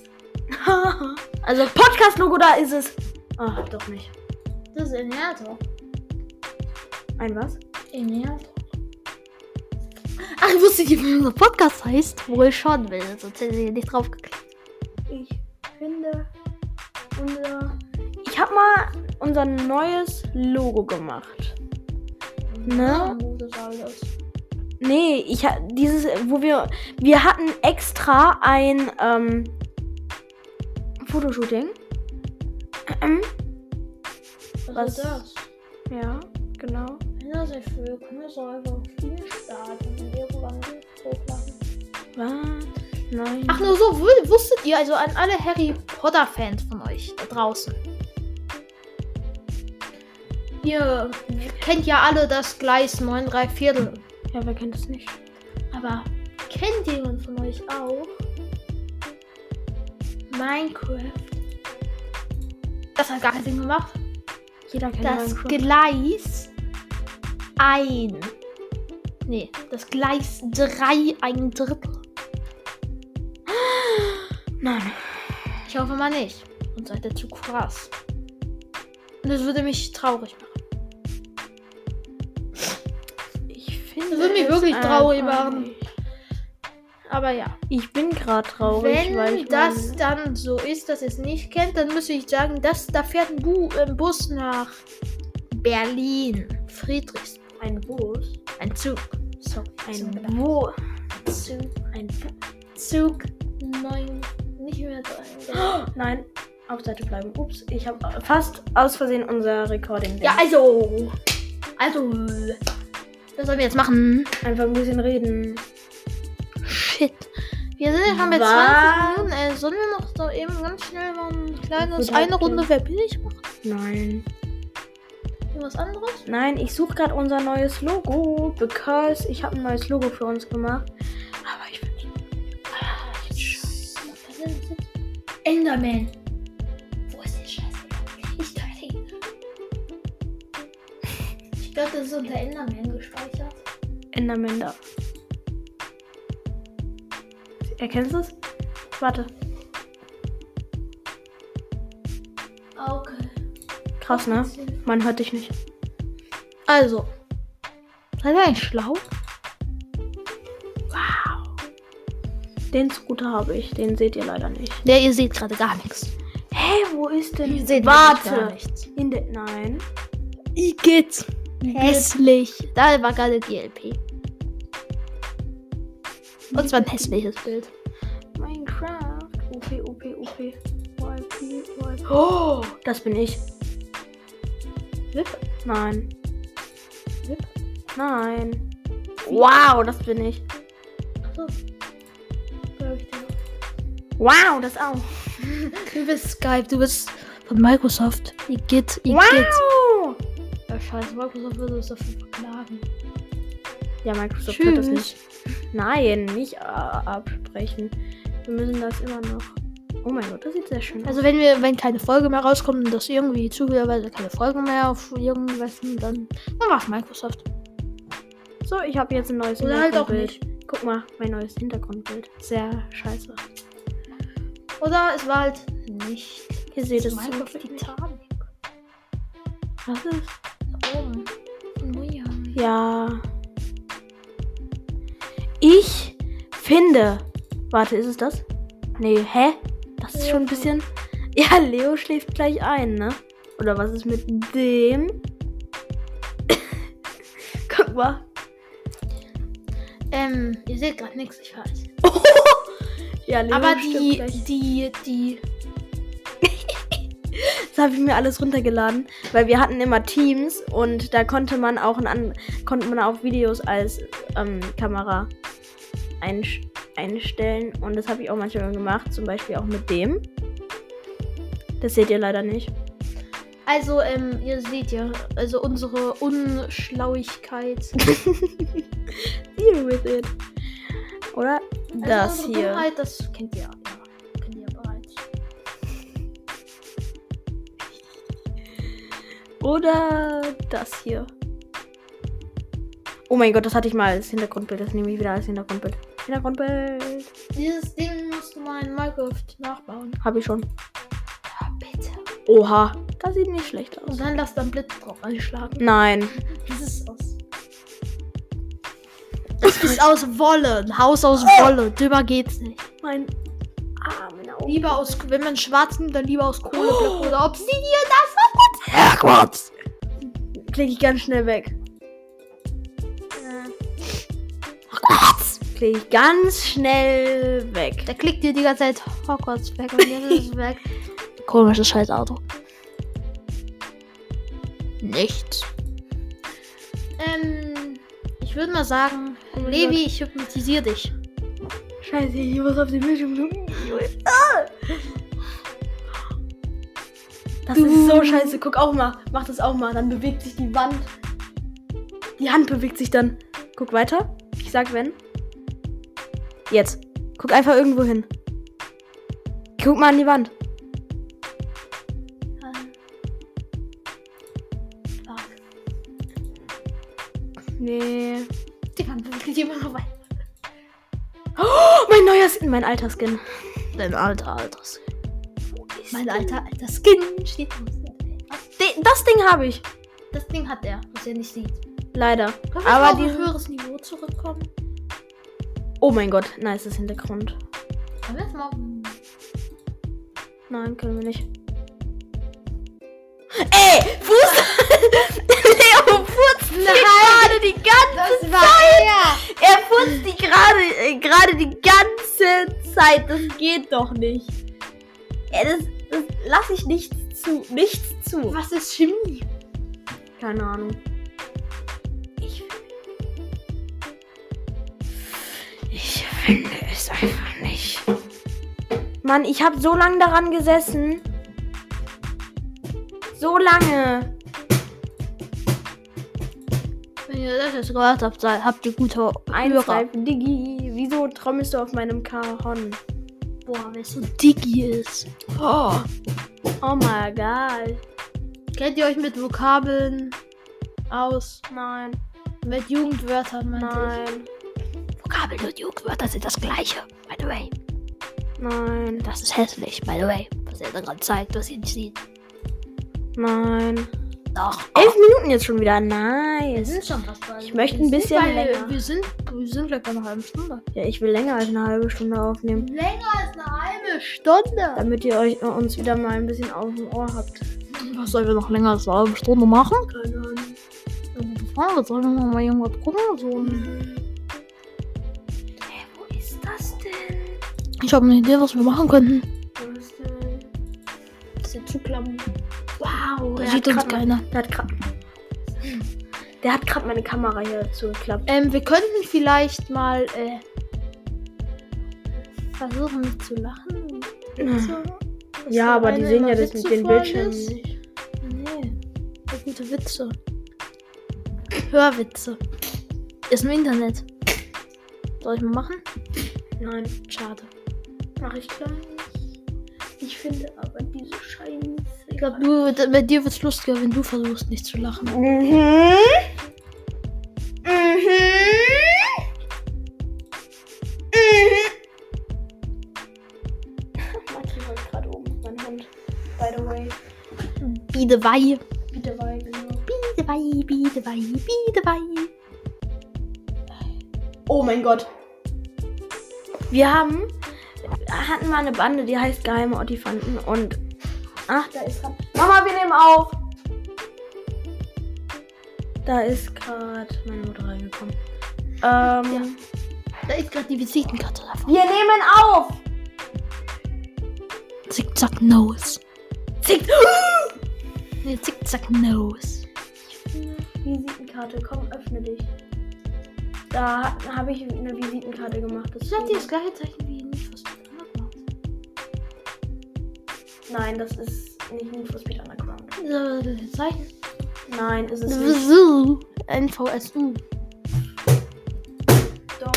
Speaker 2: Also Podcast-Logo, da ist es. Ach, doch nicht.
Speaker 1: Das ist Eneator.
Speaker 2: Ein was?
Speaker 1: Eneator. Ach, ich wusste nicht, wie unser Podcast heißt. Wohl schon, will. Sonst hätte ich nicht drauf geklickt.
Speaker 2: Ich finde unser... Ich habe mal unser neues Logo gemacht. Ne?
Speaker 1: Gutes alles.
Speaker 2: Nee, ich ha- dieses, wo wir... Wir hatten extra ein ähm, Fotoshooting.
Speaker 1: Was,
Speaker 2: Was?
Speaker 1: ist das?
Speaker 2: Ja, genau.
Speaker 1: Wenn das nicht für, können wir so einfach viel starten und irgendwann hochladen.
Speaker 2: Was? Nein.
Speaker 1: Ach, nur so, w- wusstet ihr, also an alle Harry Potter-Fans von euch da draußen. Ihr kennt ja alle das Gleis neun drei Viertel.
Speaker 2: Ja, wer kennt das nicht?
Speaker 1: Aber kennt jemand von euch auch Minecraft? Das hat gar keinen Sinn gemacht.
Speaker 2: Jeder kennt
Speaker 1: Das
Speaker 2: Minecraft.
Speaker 1: Gleis ein. Nee, das Gleis drei ein Drittel.
Speaker 2: Nein.
Speaker 1: Ich hoffe mal nicht. Und seid ihr zu krass. Und das würde mich traurig machen.
Speaker 2: Ich finde
Speaker 1: Das würde mich
Speaker 2: es
Speaker 1: wirklich traurig
Speaker 2: einfach
Speaker 1: machen.
Speaker 2: nicht.
Speaker 1: Aber ja.
Speaker 2: Ich bin gerade traurig,
Speaker 1: Wenn
Speaker 2: weil ich
Speaker 1: das
Speaker 2: mein-
Speaker 1: dann so ist, dass ihr es nicht kennt, dann müsste ich sagen, dass da fährt ein Bu äh, Bus nach Berlin. Friedrichsburg.
Speaker 2: ein Bus.
Speaker 1: Ein Zug. Sorry.
Speaker 2: Ein
Speaker 1: Zug.
Speaker 2: Wo?
Speaker 1: Zug.
Speaker 2: Ein Bu-
Speaker 1: Zug. Neun. Nicht mehr drei.
Speaker 2: Nein, auf Seite bleiben. Ups, ich habe fast aus Versehen unser Recording.
Speaker 1: Ja, also. Also. Was sollen wir jetzt machen?
Speaker 2: Einfach ein bisschen reden.
Speaker 1: Shit. Wir sind ja schon bei
Speaker 2: Was?
Speaker 1: zwanzig Minuten. Ey, sollen wir noch so eben ganz schnell mal ein kleines,
Speaker 2: Gut,
Speaker 1: eine
Speaker 2: halt,
Speaker 1: Runde
Speaker 2: ja.
Speaker 1: Wer bin ich machen?
Speaker 2: Nein.
Speaker 1: Irgendwas anderes?
Speaker 2: Nein, ich suche gerade unser neues Logo, because ich habe ein neues Logo für uns gemacht. Aber ich finde
Speaker 1: Enderman. Wo ist der Scheiße? Ich dachte. Ich glaube, das ist unter Enderman gespeichert.
Speaker 2: Enderman da. Erkennst du es? Warte.
Speaker 1: Okay.
Speaker 2: Krass, ne? Man hört dich nicht.
Speaker 1: Also. Seid ihr eigentlich schlau?
Speaker 2: Den Scooter habe ich, den seht ihr leider nicht.
Speaker 1: Ja, ihr seht gerade gar nichts.
Speaker 2: Hey, wo ist denn?
Speaker 1: Ihr seht wirklich gar
Speaker 2: Warte.
Speaker 1: nichts.
Speaker 2: In der. Nein.
Speaker 1: Igitt. Hässlich. Da war gerade G L P. Und zwar ein hässliches Bild.
Speaker 2: Minecraft. O P, O P, O P. Y P, Y P. Oh, das bin ich.
Speaker 1: Wip.
Speaker 2: Nein.
Speaker 1: Wip.
Speaker 2: Nein. Wow, das bin ich.
Speaker 1: Achso. Glaub ich dir.
Speaker 2: Wow, das auch.
Speaker 1: Du bist Skype, du bist von Microsoft. Igitt, Igitt.
Speaker 2: Wow.
Speaker 1: Ja, scheiße, Microsoft würde uns dafür verklagen.
Speaker 2: Ja, Microsoft wird das
Speaker 1: Tschüss.
Speaker 2: nicht. Nein, nicht äh, absprechen. Wir müssen das immer noch. Oh mein Gott, das sieht sehr schön aus.
Speaker 1: Also wenn wir, wenn keine Folge mehr rauskommt und das irgendwie zufälligerweise keine Folge mehr auf irgendwas, dann, dann war's Microsoft.
Speaker 2: So, ich habe jetzt ein neues
Speaker 1: Oder halt auch
Speaker 2: Hintergrundbild. Guck mal, mein neues Hintergrundbild. Sehr scheiße.
Speaker 1: Oder es war halt nicht.
Speaker 2: Ihr seht es
Speaker 1: Minecraft
Speaker 2: zufällig nicht.
Speaker 1: Titanic.
Speaker 2: Was ist?
Speaker 1: Da oben. Von Mojang.
Speaker 2: Ja. Ich finde. Warte, ist es das? Nee, hä? Das ist schon ein bisschen. Ja, Leo schläft gleich ein, ne? Oder was ist mit dem? Guck mal.
Speaker 1: Ähm, ihr seht gerade nichts, ich weiß.
Speaker 2: Ja, Leo
Speaker 1: Aber
Speaker 2: stirbt
Speaker 1: die,
Speaker 2: gleich.
Speaker 1: die, die.
Speaker 2: Das habe ich mir alles runtergeladen, weil wir hatten immer Teams und da konnte man auch, ein, konnte man auch Videos als ähm, Kamera einstellen. einstellen und das habe ich auch manchmal gemacht, zum Beispiel auch mit dem. Das seht ihr leider nicht.
Speaker 1: Also, ähm, ihr seht ja, also unsere Unschlauigkeit.
Speaker 2: Deal with it. Oder
Speaker 1: Also
Speaker 2: das
Speaker 1: unsere
Speaker 2: hier.
Speaker 1: Dummheit, das kennt ihr ja. Kennt ihr ja bereits.
Speaker 2: Oder das hier. Oh mein Gott, das hatte ich mal als Hintergrundbild. Das nehme ich wieder als Hintergrundbild. Hintergrundbild.
Speaker 1: Dieses Ding musst du mal in Minecraft nachbauen.
Speaker 2: Habe ich schon.
Speaker 1: Ja, bitte.
Speaker 2: Oha, das sieht nicht schlecht aus.
Speaker 1: Und dann lass dann Blitz drauf einschlagen.
Speaker 2: Nein.
Speaker 1: Das ist aus. Das ist aus Wolle. Ein Haus aus Wolle. Dümmer geht's nicht.
Speaker 2: Mein armen Augen.
Speaker 1: Lieber aus, wenn man schwarz nimmt, dann lieber aus Kohleblöcken oder Obsidian. Das war gut. Herrgott.
Speaker 2: Klicke ich ganz schnell weg.
Speaker 1: Hogwarts.
Speaker 2: Klicke ich ganz schnell weg.
Speaker 1: Da klickt dir die ganze Zeit Hogwarts weg und jetzt ist es weg. Komisches Scheißauto. Nichts. Ähm, ich würde mal sagen,
Speaker 2: Oh mein
Speaker 1: Levi, ich hypnotisiere dich.
Speaker 2: Scheiße, ich muss auf den Bildschirm drücken. Das ist so scheiße. Guck auch mal. Mach das auch mal. Dann bewegt sich die Wand. Die Hand bewegt sich dann. Guck weiter. Ich sag wenn. Jetzt. Guck einfach irgendwo hin. Guck mal an die Wand. Nee.
Speaker 1: Die Wand bewegt sich immer noch weiter.
Speaker 2: Oh, mein neuer Skin. Mein alter Skin.
Speaker 1: Dein alter, alter Skin. Mein alter, alter Skin steht aus.
Speaker 2: De- das Ding habe ich.
Speaker 1: Das Ding hat er, was er nicht sieht.
Speaker 2: Leider.
Speaker 1: Können wir
Speaker 2: Aber
Speaker 1: auf ein
Speaker 2: die.
Speaker 1: höheres Niveau zurückkommen?
Speaker 2: Oh mein Gott. Nice, das Hintergrund.
Speaker 1: Können wir jetzt mal.
Speaker 2: Nein, können wir nicht. Ey! Fuß! Leo furzt die gerade die ganze
Speaker 1: Das war
Speaker 2: Zeit! Er furzt die gerade äh, gerade die ganze Zeit. Das geht doch nicht. Ey, das, das lasse ich nichts zu. Nichts zu.
Speaker 1: Was ist Chemie?
Speaker 2: Keine Ahnung. Ich, ich finde es einfach nicht. Mann, ich habe so lange daran gesessen. So lange.
Speaker 1: Wenn ihr das jetzt gehört habt, seid, habt ihr gute Hörer.
Speaker 2: Einschreiben, Diggi. Wieso trommelst du auf meinem Kahon?
Speaker 1: Boah, wer so Diggi ist.
Speaker 2: Oh. Oh my god.
Speaker 1: Kennt ihr euch mit Vokabeln aus?
Speaker 2: Nein.
Speaker 1: Mit Jugendwörtern, meinte
Speaker 2: Nein.
Speaker 1: ich. Vokabeln und Jugendwörter sind das gleiche, by the way.
Speaker 2: Nein.
Speaker 1: Das ist hässlich, by the way. Was er da gerade zeigt, was ihr nicht seht.
Speaker 2: Nein.
Speaker 1: Doch.
Speaker 2: Elf Minuten jetzt schon wieder.
Speaker 1: Wir
Speaker 2: Nice.
Speaker 1: sind schon fast bei.
Speaker 2: Ich möchte
Speaker 1: Wir
Speaker 2: ein
Speaker 1: sind
Speaker 2: bisschen
Speaker 1: bei-
Speaker 2: länger.
Speaker 1: Wir sind, wir sind gleich bei einer halben Stunde.
Speaker 2: Ja, ich will länger als eine halbe Stunde aufnehmen.
Speaker 1: Länger als eine halbe Stunde.
Speaker 2: Damit ihr euch uns wieder mal ein bisschen auf dem Ohr habt.
Speaker 1: Was sollen wir noch länger als eine halbe Stunde machen?
Speaker 2: Keine Ahnung.
Speaker 1: Gute Frage. Sollen wir noch mal irgendwas gucken? So ein
Speaker 2: Hey, wo ist das denn?
Speaker 1: Ich habe eine Idee, was wir machen könnten.
Speaker 2: Was denn?
Speaker 1: Das sind zuklappen.
Speaker 2: Wow,
Speaker 1: Da
Speaker 2: der
Speaker 1: sieht
Speaker 2: hat
Speaker 1: uns
Speaker 2: grad-
Speaker 1: keiner.
Speaker 2: Der hat gerade. Der hat gerade meine Kamera hier zugeklappt.
Speaker 1: Ähm, wir könnten vielleicht mal äh, versuchen nicht zu lachen. Witze. Das
Speaker 2: Ja,
Speaker 1: der
Speaker 2: aber die
Speaker 1: eine
Speaker 2: sehen
Speaker 1: immer
Speaker 2: ja das mit den
Speaker 1: witzevoll
Speaker 2: Bildschirmen
Speaker 1: ist.
Speaker 2: nicht.
Speaker 1: Nee, sehr gute Witze. Hörwitze. Ist im Internet. Soll ich mal machen?
Speaker 2: Nein, schade. Mach ich gleich. Ich finde aber diese Scheiße.
Speaker 1: Ich glaube, du, bei dir wird es lustiger, wenn du versuchst, nicht zu lachen.
Speaker 2: Mhm. Mhm. Mhm. Maki war gerade oben, mein Hund. By the way.
Speaker 1: Biedewei.
Speaker 2: Bitte weil, genau.
Speaker 1: Biedewei, Biedewei, Biedewei.
Speaker 2: Oh mein Gott. Wir haben hatten mal eine Bande, die heißt Geheime Ottifanten und ach, da ist grad. Mama, wir nehmen auf. Da ist gerade meine Mutter reingekommen. Ähm,
Speaker 1: Ja. Da ist gerade die Visitenkarte davon.
Speaker 2: wir nehmen auf.
Speaker 1: Zickzack Nose.
Speaker 2: Zick.
Speaker 1: Eine Zickzack-Nose.
Speaker 2: Visitenkarte, komm, öffne dich. Da habe ich eine Visitenkarte gemacht.
Speaker 1: Ich hab dir das gleiche Zeichen wie Need for Speed Underground.
Speaker 2: Nein, das ist nicht Need for Speed Underground.
Speaker 1: Das Zeichen?
Speaker 2: Nein, ist es nicht.
Speaker 1: So. N V S U.
Speaker 2: Doch.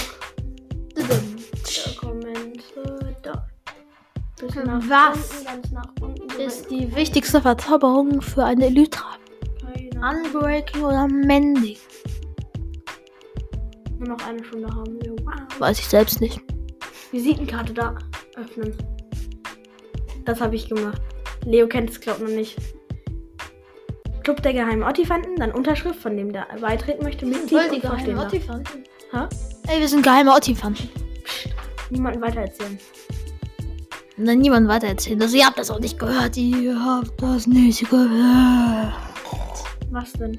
Speaker 2: Dokumente, doch. Bis nach
Speaker 1: Was
Speaker 2: unten, ganz nach unten.
Speaker 1: ist die wichtigste Verzauberung für eine Elytra?
Speaker 2: Keine Ahnung.
Speaker 1: Unbreaking oder Mending?
Speaker 2: Nur noch eine Stunde haben wir. Wow.
Speaker 1: Weiß ich selbst nicht.
Speaker 2: Visitenkarte da öffnen. Das habe ich gemacht. Leo kennt es, glaubt noch nicht. Club der geheimen Ottifanten, dann Unterschrift, von dem der beitreten möchte. Mitglied
Speaker 1: Voll die
Speaker 2: und
Speaker 1: geheimen
Speaker 2: Vorstehender.
Speaker 1: Ottifanten.
Speaker 2: Hä?
Speaker 1: Ey, wir sind geheime Ottifanten.
Speaker 2: Niemanden weitererzählen.
Speaker 1: Und dann niemand weitererzählen. Also ihr habt das auch nicht gehört. Ihr habt das nicht gehört.
Speaker 2: Was denn?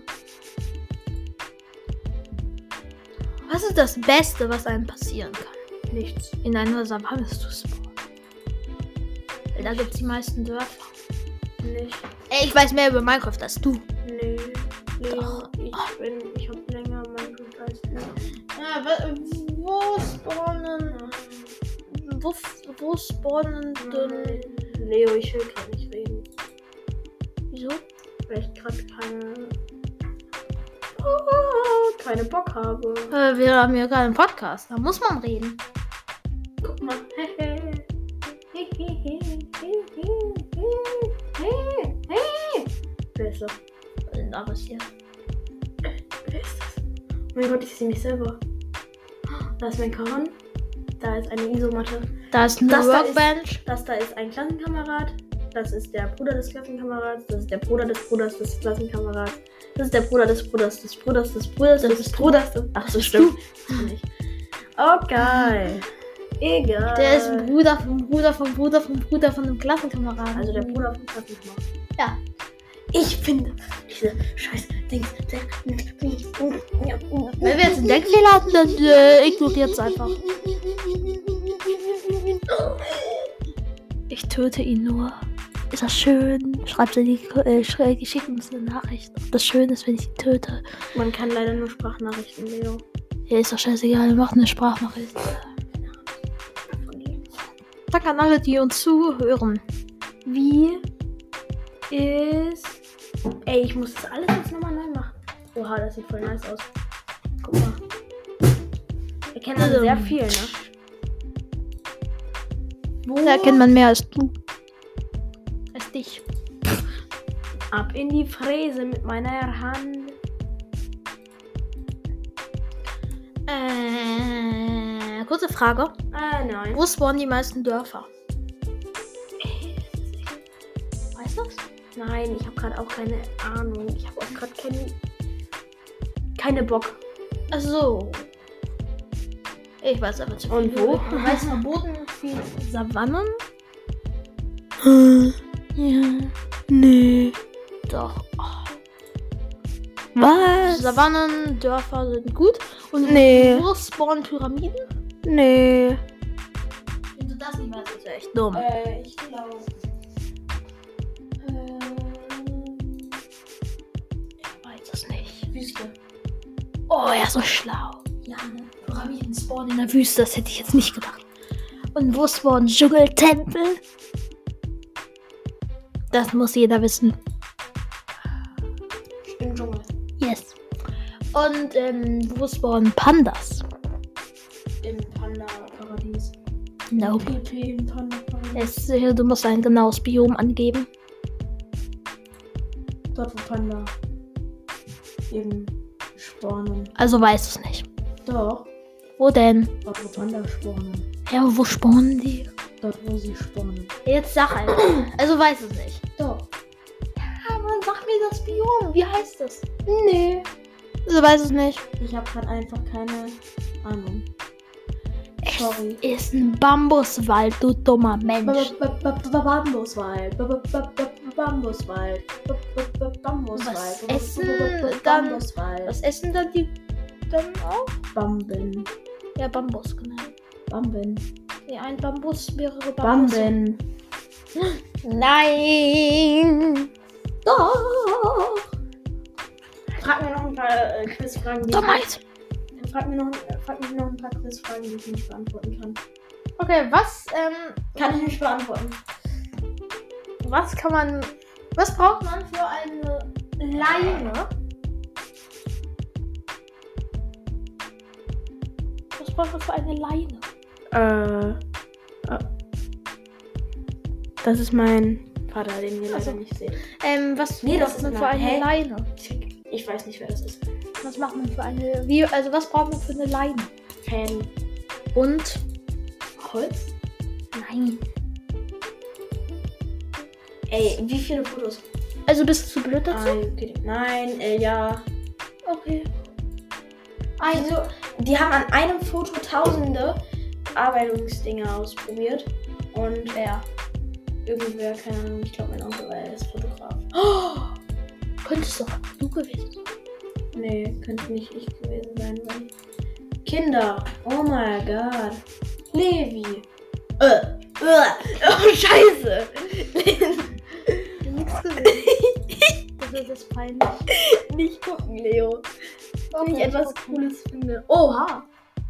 Speaker 1: Was ist das Beste, was einem passieren kann?
Speaker 2: Nichts.
Speaker 1: In einer Savanne zu spawnen. Weil da gibt's die meisten Dörfer.
Speaker 2: Nicht.
Speaker 1: Ey, ich weiß mehr über Minecraft als du.
Speaker 2: Nee. Leo,
Speaker 1: Doch.
Speaker 2: ich bin. Ich hab länger Minecraft als du.
Speaker 1: Ja, wo spawnen? Wo, wo spawnen denn?
Speaker 2: Leo, ich will gerade nicht reden.
Speaker 1: Wieso?
Speaker 2: Weil ich gerade keine. Oh, keine Bock habe.
Speaker 1: Äh, wir haben ja gerade einen Podcast. Da muss man reden.
Speaker 2: Guck mal. Wer ist das?
Speaker 1: Was ist denn da passiert?
Speaker 2: Wer ist das? Oh mein Gott, ich sehe mich selber. Da ist mein Karan. Da ist eine Isomatte.
Speaker 1: Da ist eine
Speaker 2: Das da
Speaker 1: Workbench.
Speaker 2: Das da ist ein Klassenkamerad. Das ist der Bruder des Klassenkamerads. Das ist der Bruder des Bruders des Klassenkamerads. Das ist der Bruder des Bruders des Bruders des Bruders des Bruders des. Ach so, stimmt. Das bin ich. Okay. Egal.
Speaker 1: Der ist ein Bruder vom Bruder vom Bruder vom Bruder von einem Klassenkameraden.
Speaker 2: Also der Bruder vom Klassenkamerad.
Speaker 1: Ja.
Speaker 2: Ich finde diese scheiß Dings.
Speaker 1: Wenn wir jetzt einen Denkfehler hatten, dann äh, ignoriert es einfach. Ich töte ihn nur. Ist das schön? Schreibt in die äh, schickt uns eine Nachricht. Ob das schön ist, wenn ich ihn töte.
Speaker 2: Man kann leider nur Sprachnachrichten, Leo.
Speaker 1: Ja, ist doch scheißegal. Macht eine Sprachnachricht. Danke an alle, die uns zuhören.
Speaker 2: Wie ist... Ey, ich muss das alles jetzt nochmal neu machen. Oha, das sieht voll nice aus. Guck mal. Wir kennen also sehr viel, ne? Wo?
Speaker 1: Da kennt man mehr als du. Als dich.
Speaker 2: Ab in die Fräse mit meiner Hand.
Speaker 1: Äh, kurze Frage.
Speaker 2: Äh, nein.
Speaker 1: Wo spawnen die meisten Dörfer? Weißt du das?
Speaker 2: Nein, ich habe gerade auch keine Ahnung. Ich habe auch gerade keine... Keine Bock.
Speaker 1: Ach so. Ich weiß aber zu viel.
Speaker 2: Und wo?
Speaker 1: Du weißt verboten viel Savannen? Ja. Nee. Doch. Oh.
Speaker 2: Was?
Speaker 1: Savannen, Dörfer sind gut. Und
Speaker 2: Nee.
Speaker 1: wo spawnen Pyramiden?
Speaker 2: Nee.
Speaker 1: Wenn du das nicht weißt, ist ja echt dumm.
Speaker 2: Äh, ich glaube...
Speaker 1: Ich weiß es nicht.
Speaker 2: Wüste.
Speaker 1: Oh, er ist so schlau. Ja, ne? Pyramiden spawnen in der Wüste, das hätte ich jetzt nicht gedacht. Und wo spawnen Dschungeltempel? Das muss jeder wissen.
Speaker 2: Im Dschungel.
Speaker 1: Yes. Und ähm, wo spawnen Pandas?
Speaker 2: Im Panda-Paradies.
Speaker 1: Nope.
Speaker 2: P P im Panda-Paradies.
Speaker 1: Es, äh, du musst ein genaues Biom angeben.
Speaker 2: Dort, wo Panda eben spawnen.
Speaker 1: Also weiß es nicht.
Speaker 2: Doch.
Speaker 1: Wo denn?
Speaker 2: Dort, wo Panda spawnen.
Speaker 1: Ja, aber wo spawnen die?
Speaker 2: Dort, wo sie spawnen.
Speaker 1: Jetzt sag einfach. Also weiß es nicht.
Speaker 2: Doch.
Speaker 1: Ja, man sag mir das Biom. Wie heißt das?
Speaker 2: Nee.
Speaker 1: Also weiß es nicht.
Speaker 2: Ich habe gerade einfach keine Ahnung.
Speaker 1: Es
Speaker 2: Sorry.
Speaker 1: ist ein Bambuswald, du dummer Mensch.
Speaker 2: Bambuswald. Bambuswald. Bambuswald.
Speaker 1: Was essen dann-
Speaker 2: Bambuswald.
Speaker 1: Was essen dann die dann auch?
Speaker 2: Bamben.
Speaker 1: Ja, Bambus, genau.
Speaker 2: Bamben.
Speaker 1: Ja, ein Bambus, mehrere Bambus.
Speaker 2: Bamben.
Speaker 1: Nein! Doch.
Speaker 2: Frag mir noch ein paar äh, Quizfragen. Die
Speaker 1: Dummheit.
Speaker 2: ich, frag, mir noch, frag mich noch ein paar Quizfragen, die ich nicht beantworten kann.
Speaker 1: Okay, was, ähm,
Speaker 2: Kann ich nicht beantworten.
Speaker 1: was kann man, was braucht man für eine Leine? Was braucht man für eine Leine?
Speaker 2: Äh. äh das ist mein Vater, den ihr leider
Speaker 1: Also,
Speaker 2: nicht seht.
Speaker 1: Ähm, was
Speaker 2: Nee, das
Speaker 1: braucht
Speaker 2: ist
Speaker 1: man
Speaker 2: mein-
Speaker 1: für eine
Speaker 2: Hä?
Speaker 1: Leine?
Speaker 2: Ich weiß nicht, wer das ist.
Speaker 1: Was macht man für eine, wie, also was braucht man für eine Leine?
Speaker 2: Fan.
Speaker 1: Und?
Speaker 2: Holz?
Speaker 1: Nein.
Speaker 2: Ey, wie viele Fotos?
Speaker 1: Also bist du zu blöd dazu?
Speaker 2: Ah, okay. Nein, äh, ja.
Speaker 1: Okay. Ein,
Speaker 2: Also, die haben an einem Foto tausende Bearbeitungsdinger ausprobiert. Und
Speaker 1: wer?
Speaker 2: irgendwer, keine Ahnung, ich glaube mein Onkel, weil er ist Fotograf.
Speaker 1: Oh, könntest doch du gewesen sein.
Speaker 2: Nee, könnte nicht ich gewesen sein, weil. Kinder! Oh mein Gott! Levi! Äh, äh, oh, Scheiße!
Speaker 1: Nichts gesehen. Das ist das peinlich.
Speaker 2: Nicht gucken, Leo. Wenn
Speaker 1: Okay,
Speaker 2: ich etwas
Speaker 1: okay.
Speaker 2: Cooles finde. Oha!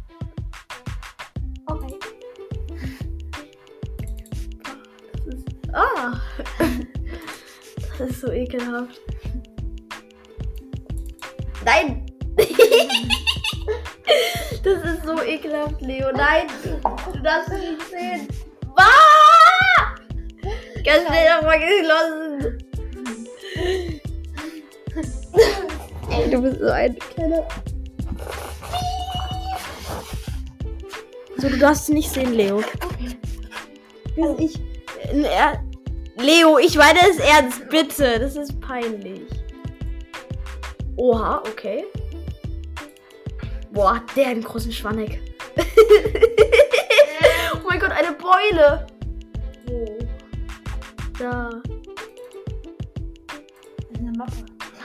Speaker 1: Okay.
Speaker 2: Das ist. Ah! Das ist so ekelhaft. Nein! Das ist so ekelhaft, Leo. Nein! Du darfst es nicht sehen. Ah! Ganz schnell nochmal geschlossen. Ey, du bist so ein kleiner. So, du darfst es nicht sehen, Leo.
Speaker 1: Okay.
Speaker 2: Ich. äh, Er, Leo, ich meine es ernst, bitte. Das ist peinlich. Oha, okay. Boah, hat der einen großen Schwanneck. Oh mein Gott, eine Beule. Wo? Da.
Speaker 1: Eine Mappe.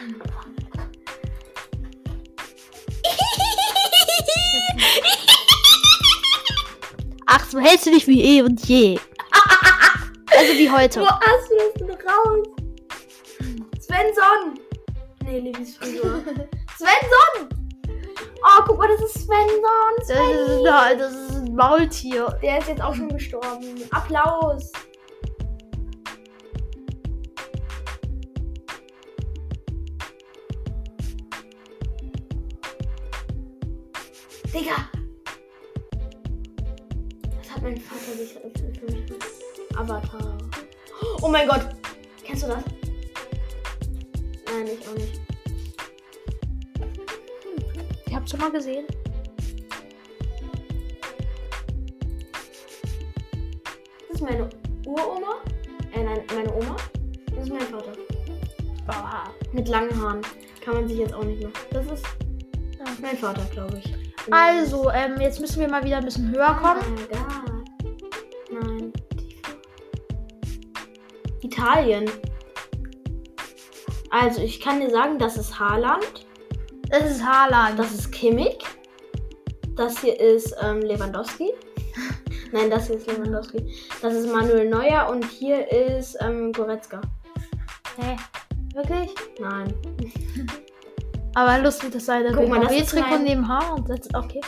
Speaker 1: Ach, so hältst du dich wie eh und je. Also wie heute.
Speaker 2: Wo hast du das denn raus? Svensson. Nee, Levis Frisur. Svensson. Oh, guck mal, das ist Svensson.
Speaker 1: Das ist, nein, das ist ein Maultier.
Speaker 2: Der ist jetzt auch schon gestorben. Applaus. Digga. Was hat mein Vater sich für mich? Avatar. Oh mein Gott. Kennst du das? Nein, ich auch nicht.
Speaker 1: Ich hab's schon mal gesehen.
Speaker 2: Das ist meine Uroma. Äh, nein, meine Oma. Das ist mein Vater.
Speaker 1: Boah.
Speaker 2: Mit langen Haaren. Kann man sich jetzt auch nicht mehr. Das ist
Speaker 1: Ja.
Speaker 2: mein Vater, glaube ich.
Speaker 1: Also, ähm, jetzt müssen wir mal wieder ein bisschen höher kommen.
Speaker 2: Oh mein Gott. Nein. Italien. Also, ich kann dir sagen, das ist Haaland.
Speaker 1: Das ist Haaland.
Speaker 2: Das ist Kimmich. Das hier ist ähm, Lewandowski. Nein, das hier ist Lewandowski. Das ist Manuel Neuer und hier ist ähm, Goretzka.
Speaker 1: Hä? Wirklich?
Speaker 2: Nein.
Speaker 1: Aber lustig, dass er
Speaker 2: Guck mal, das ist
Speaker 1: B-Trikot
Speaker 2: mein-
Speaker 1: neben Haar und das okay.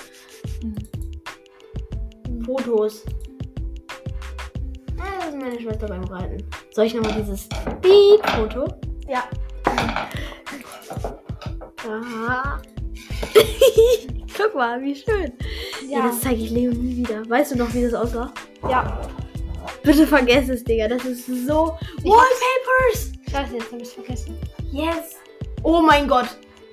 Speaker 2: Fotos. Ah, das ist meine Schwester beim Reiten. Soll ich nochmal dieses Beep-Foto?
Speaker 1: Ja.
Speaker 2: Aha. Guck mal, wie schön. Ja,
Speaker 1: Ja.
Speaker 2: das zeige ich Leo nie wieder. Weißt du noch, wie das aussah?
Speaker 1: Ja.
Speaker 2: Bitte vergiss es, Digga. Das ist so...
Speaker 1: Ich
Speaker 2: Wallpapers!
Speaker 1: Scheiße, jetzt hab ich's vergessen.
Speaker 2: Yes! Oh mein Gott!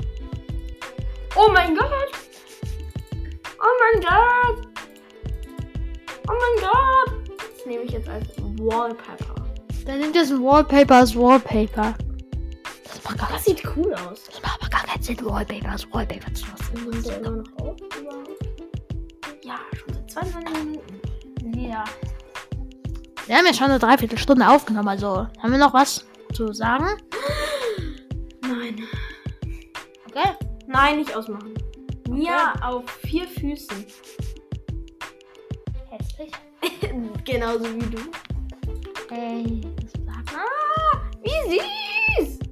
Speaker 2: Oh mein Gott! Oh mein Gott! Oh mein Gott! Das nehme ich jetzt als Wallpaper.
Speaker 1: Dann nimmt das ein Wallpaper als Wallpaper. Das macht gar
Speaker 2: Das
Speaker 1: keinen
Speaker 2: sieht cool aus.
Speaker 1: Das macht aber gar keinen Sinn, Wallpaper als Wallpaper zu lassen.
Speaker 2: Nimmt der immer noch auf? Überhaupt? Ja, schon seit zweiundzwanzig Minuten.
Speaker 1: Ja. Wir haben ja schon eine Dreiviertelstunde aufgenommen, also haben wir noch was zu sagen?
Speaker 2: Nein.
Speaker 1: Okay.
Speaker 2: Nein, nicht ausmachen. Mia auf vier Füßen.
Speaker 1: Hässlich.
Speaker 2: Genauso wie du.
Speaker 1: Ey, das sagt
Speaker 2: Ah, wie süß!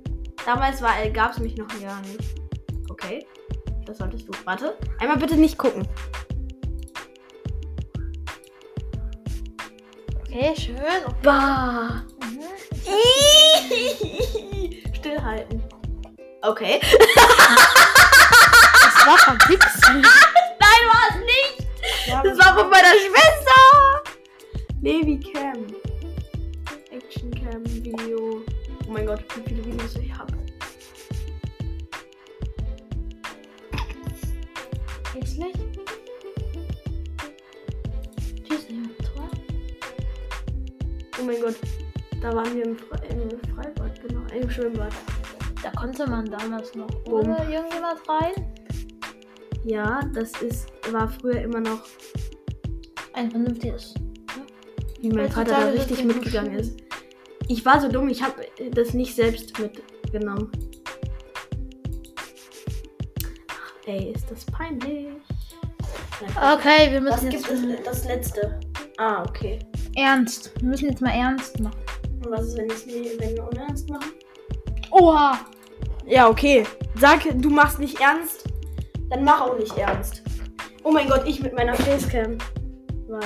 Speaker 2: Damals gab es mich noch gar nicht. Okay. Das solltest du. Warte. Einmal bitte nicht gucken.
Speaker 1: Okay, schön. Okay.
Speaker 2: Bah.
Speaker 1: Mhm.
Speaker 2: Stillhalten. Okay.
Speaker 1: Das war verpixelt.
Speaker 2: Nein, war es nicht.
Speaker 1: Ja,
Speaker 2: Das war von meiner Schwester. Levi Cam. Action Cam Video. Oh mein Gott, wie viele Videos ich habe.
Speaker 1: Hässlich. Tschüss, Tor.
Speaker 2: Oh mein Gott. Da waren wir im, Fre im Freibad, genau. Im Schwimmbad.
Speaker 1: Da konnte man damals noch
Speaker 2: Wo?
Speaker 1: ohne irgendjemand rein.
Speaker 2: Ja, das ist, war früher immer noch,
Speaker 1: Ein vernünftiges.
Speaker 2: wie mein Vater da
Speaker 1: Heutzutage
Speaker 2: richtig
Speaker 1: sind die
Speaker 2: mitgegangen
Speaker 1: Maschinen.
Speaker 2: ist. Ich war so dumm, ich habe das nicht selbst mitgenommen. Ach, ey, ist das peinlich.
Speaker 1: Okay, wir
Speaker 2: Was
Speaker 1: müssen
Speaker 2: gibt
Speaker 1: jetzt
Speaker 2: es das letzte? Ah, okay.
Speaker 1: ernst. Wir müssen jetzt mal ernst machen.
Speaker 2: Und was ist, wenn, ich's nie, wenn wir unernst machen?
Speaker 1: Oha!
Speaker 2: Ja, okay. Sag, du machst nicht ernst, dann mach auch nicht ernst. Oh mein Gott, ich mit meiner Facecam. War...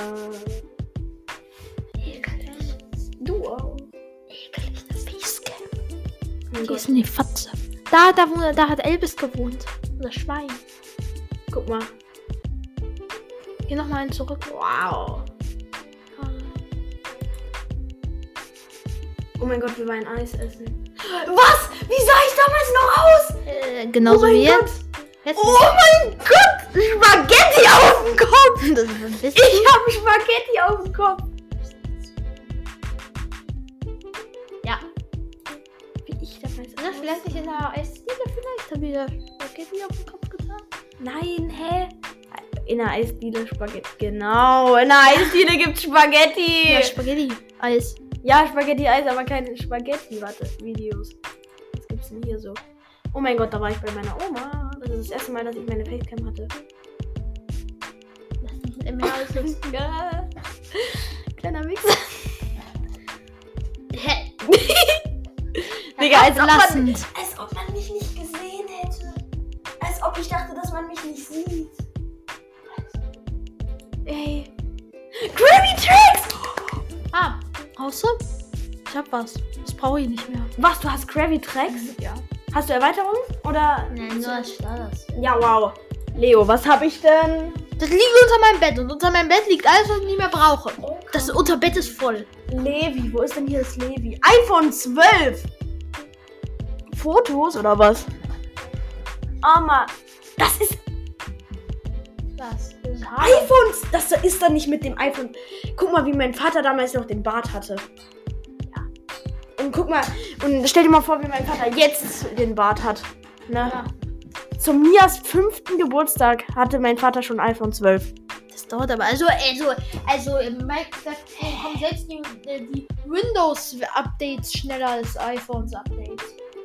Speaker 1: Ekelig.
Speaker 2: Du auch.
Speaker 1: Ekelig, eine Facecam.
Speaker 2: Oh mein
Speaker 1: Die
Speaker 2: Gott.
Speaker 1: ist in die Fatze. Da, da, wo, da hat Elvis gewohnt. Das Schwein.
Speaker 2: Guck mal.
Speaker 1: Geh noch mal einen zurück.
Speaker 2: Wow. Oh mein Gott, wir waren Eis essen. Was? Wie sah ich damals noch aus?
Speaker 1: Äh, genauso
Speaker 2: Oh mein
Speaker 1: wie
Speaker 2: Gott.
Speaker 1: jetzt. Jetzt
Speaker 2: Oh mein Gott! Spaghetti auf dem Kopf!
Speaker 1: nicht. Das ist ein bisschen.
Speaker 2: Ich habe Spaghetti auf dem Kopf.
Speaker 1: Ja.
Speaker 2: Wie ich damals
Speaker 1: Ist das vielleicht nicht in der Eisdiele vielleicht? Haben wir Spaghetti auf den Kopf getan?
Speaker 2: Nein, hä? In der Eisdiele Spaghetti. Genau, in der Eisdiele gibt's Spaghetti.
Speaker 1: Ja, Spaghetti. Eis.
Speaker 2: Ja, Spaghetti-Eis, aber keine Spaghetti. Warte, Videos. Was gibt's denn hier so? Oh mein Gott, da war ich bei meiner Oma. Das ist das erste Mal, dass ich meine Facecam hatte.
Speaker 1: Das ist nicht im Jahr ist es.
Speaker 2: Ja. Kleiner Wichser.
Speaker 1: Hä?
Speaker 2: Digga, als ob, man,
Speaker 1: Ablassend.
Speaker 2: als ob man mich nicht gesehen hätte. Als ob ich dachte, dass man mich nicht sieht. Ey. Krabby Tricks!
Speaker 1: Ah, awesome. Ich hab was. Das brauche ich nicht mehr.
Speaker 2: Was, du hast Krabby Tricks?
Speaker 1: Ja.
Speaker 2: Hast du Erweiterung? Oder?
Speaker 1: Nein, nur als Stars.
Speaker 2: Ja, wow. Leo, was hab ich denn?
Speaker 1: Das liegt unter meinem Bett und unter meinem Bett liegt alles, was ich nicht mehr brauche. Das Unterbett ist voll.
Speaker 2: Levi, wo ist denn hier das Levi? iPhone zwölf! Fotos oder was? Oh Mann. Das ist
Speaker 1: Was? Das ist
Speaker 2: iPhones! Das ist dann nicht mit dem iPhone. Guck mal, wie mein Vater damals noch den Bart hatte. Ja. Und guck mal, und stell dir mal vor, wie mein Vater jetzt den Bart hat. Ne?
Speaker 1: Ja.
Speaker 2: Zum Mias fünften Geburtstag hatte mein Vater schon iPhone zwölf.
Speaker 1: Das dauert aber. Also, also, also, Mike sagt, hey, haben selbst die, die Windows-Updates schneller als iPhones-Updates.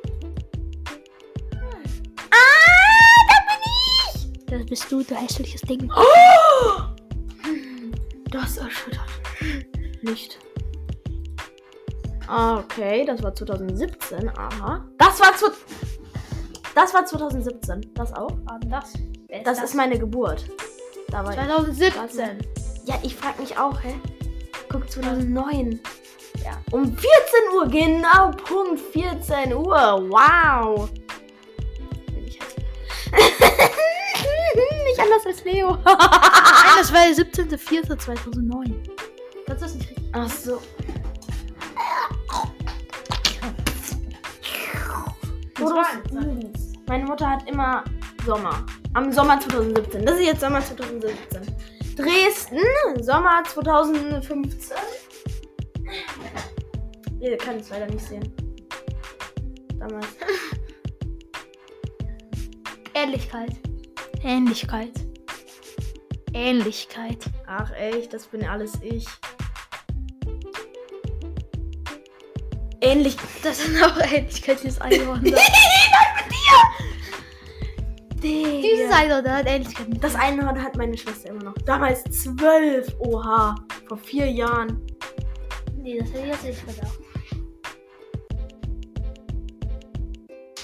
Speaker 2: Ah, da bin ich!
Speaker 1: Das bist du, du hässliches Ding.
Speaker 2: Oh! Das erschüttert. Nicht. Ah, okay, das war zwanzig siebzehn. Aha. Das war zu. Das war zwanzig siebzehn. Das auch?
Speaker 1: War denn das? Wer
Speaker 2: Das ist meine Geburt. Da war ich.
Speaker 1: zwanzig siebzehn.
Speaker 2: Ja, ich frag mich auch, hä? Guck, zweitausendneun.
Speaker 1: Ja.
Speaker 2: Um vierzehn Uhr, genau, Punkt vierzehn Uhr. Wow. Bin ich hässlich. Nicht anders als Leo.
Speaker 1: Nein, das war der siebzehnter vierter zweitausendneun. Kannst du das nicht richtig?
Speaker 2: Ach so.
Speaker 1: Das war
Speaker 2: Meine Mutter hat immer Sommer. Am Sommer zwanzig siebzehn. Das ist jetzt Sommer zwanzig siebzehn. Dresden, Sommer zwanzig fünfzehn. Ihr könnt es leider nicht sehen. Damals.
Speaker 1: Ähnlichkeit. Ähnlichkeit. Ähnlichkeit.
Speaker 2: Ach echt, das bin alles ich. Ähnlich.
Speaker 1: Das sind auch Ähnlichkeit, dieses Einhorn.
Speaker 2: Dieses
Speaker 1: Dieses Einhorn, der hat Ähnlichkeit mit
Speaker 2: Das Einhorn hat meine Schwester immer noch. Damals zwölf. Oha. Vor vier Jahren.
Speaker 1: Nee, das hätte ich jetzt nicht gedacht.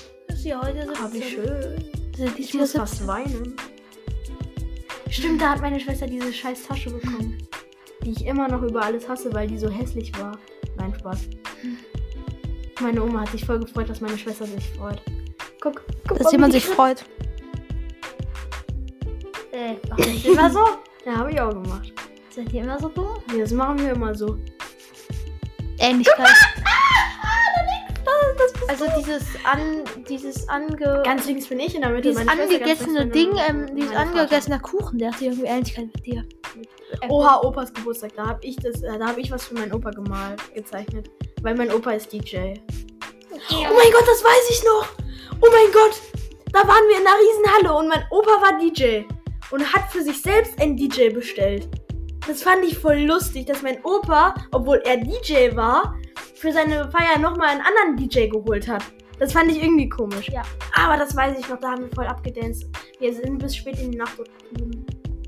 Speaker 1: Lucy, heute siebzehn.
Speaker 2: Ah, wie schön.
Speaker 1: Sind die
Speaker 2: Ich muss
Speaker 1: siebzehn?
Speaker 2: fast weinen. Stimmt, da hat meine Schwester diese scheiß Tasche bekommen. Die ich immer noch über alles hasse, weil die so hässlich war. Nein, Spaß. Meine Oma hat sich voll gefreut, dass meine Schwester sich freut. Guck, guck
Speaker 1: Dass
Speaker 2: mal,
Speaker 1: jemand
Speaker 2: wie
Speaker 1: sich
Speaker 2: die-
Speaker 1: freut.
Speaker 2: Ey, mach nicht immer so. Ja, habe ich auch gemacht.
Speaker 1: Seid ihr immer so dumm?
Speaker 2: Nee, das machen wir immer so.
Speaker 1: Ähnlichkeit.
Speaker 2: Das bist
Speaker 1: Also dieses an dieses ange
Speaker 2: ganz links bin ich in der Mitte.
Speaker 1: dieses
Speaker 2: meine Schwester ganz
Speaker 1: angegessene
Speaker 2: rechts
Speaker 1: Ding,
Speaker 2: meine-
Speaker 1: ähm, dieses
Speaker 2: meine Vater.
Speaker 1: angegessene Kuchen, der hat hier irgendwie Ähnlichkeit mit dir.
Speaker 2: Oha, Opas Geburtstag. Da habe ich das, äh, da habe ich was für meinen Opa gemalt, gezeichnet. Weil mein Opa ist D J. Oh mein Gott, das weiß ich noch. Oh mein Gott. Da waren wir in einer Riesenhalle und mein Opa war D J. Und hat für sich selbst einen D J bestellt. Das fand ich voll lustig, dass mein Opa, obwohl er D J war, für seine Feier nochmal einen anderen D J geholt hat. Das fand ich irgendwie komisch.
Speaker 1: Ja.
Speaker 2: Aber das weiß ich noch, da haben wir voll abgedanced. Wir sind bis spät in die Nacht dort geblieben.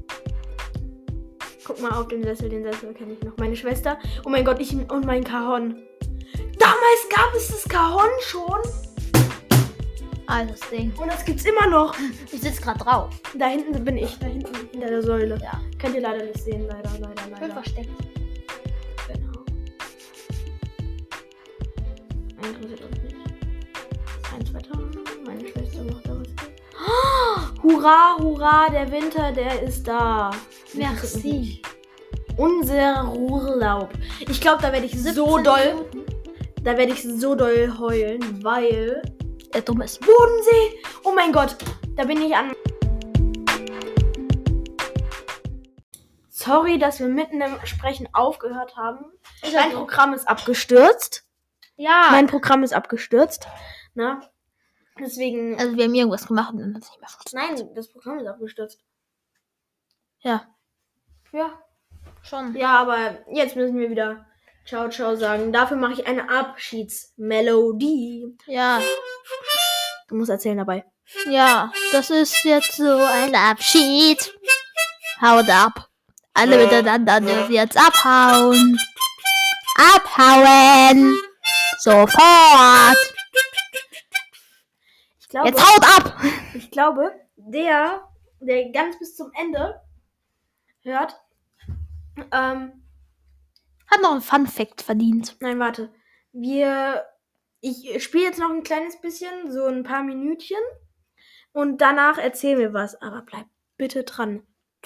Speaker 2: Guck mal auf den Sessel, den Sessel kenne ich noch. Meine Schwester, oh mein Gott, ich und mein Cajon. Damals gab es das Cajon schon
Speaker 1: Ah, das Ding.
Speaker 2: und das gibt's immer noch.
Speaker 1: Ich sitze gerade drauf.
Speaker 2: Da hinten bin ich, da hinten hinter der Säule.
Speaker 1: Ja.
Speaker 2: Könnt ihr leider nicht sehen, leider, leider,
Speaker 1: Schön
Speaker 2: leider.
Speaker 1: versteckt.
Speaker 2: Genau. Interessiert uns nicht. Ein, zwei Tage. Meine Schwester macht da was. Oh, hurra, hurra, der Winter, der ist da. Interessiert mich
Speaker 1: Merci.
Speaker 2: nicht. Unser Urlaub. Ich glaube, da werde ich so
Speaker 1: siebzehn
Speaker 2: doll,
Speaker 1: Minuten.
Speaker 2: da werde ich so doll heulen, weil
Speaker 1: Der dumm ist.
Speaker 2: Bodensee. Oh mein Gott, da bin ich an. Sorry, dass wir mitten im Sprechen aufgehört haben. Mein Programm ist abgestürzt.
Speaker 1: Ja.
Speaker 2: Mein Programm ist abgestürzt. Na? Deswegen.
Speaker 1: also wir haben irgendwas gemacht und dann hat es nicht mehr funktioniert.
Speaker 2: Nein, das Programm ist abgestürzt.
Speaker 1: Ja.
Speaker 2: Ja.
Speaker 1: Schon.
Speaker 2: Ja, aber jetzt müssen wir wieder Ciao, ciao sagen. Dafür mache ich eine Abschiedsmelodie.
Speaker 1: Ja.
Speaker 2: Du musst erzählen dabei.
Speaker 1: Ja. Das ist jetzt so ein Abschied. Haut ab. Alle miteinander dürfen jetzt abhauen. Abhauen. Sofort.
Speaker 2: Ich glaube,
Speaker 1: Jetzt haut ab.
Speaker 2: ich glaube, der, der ganz bis zum Ende hört, ähm,
Speaker 1: Hat noch ein Fun Fact verdient.
Speaker 2: nein, warte. Wir, ich spiele jetzt noch ein kleines bisschen, so ein paar Minütchen und danach erzählen wir was. Aber bleib bitte dran.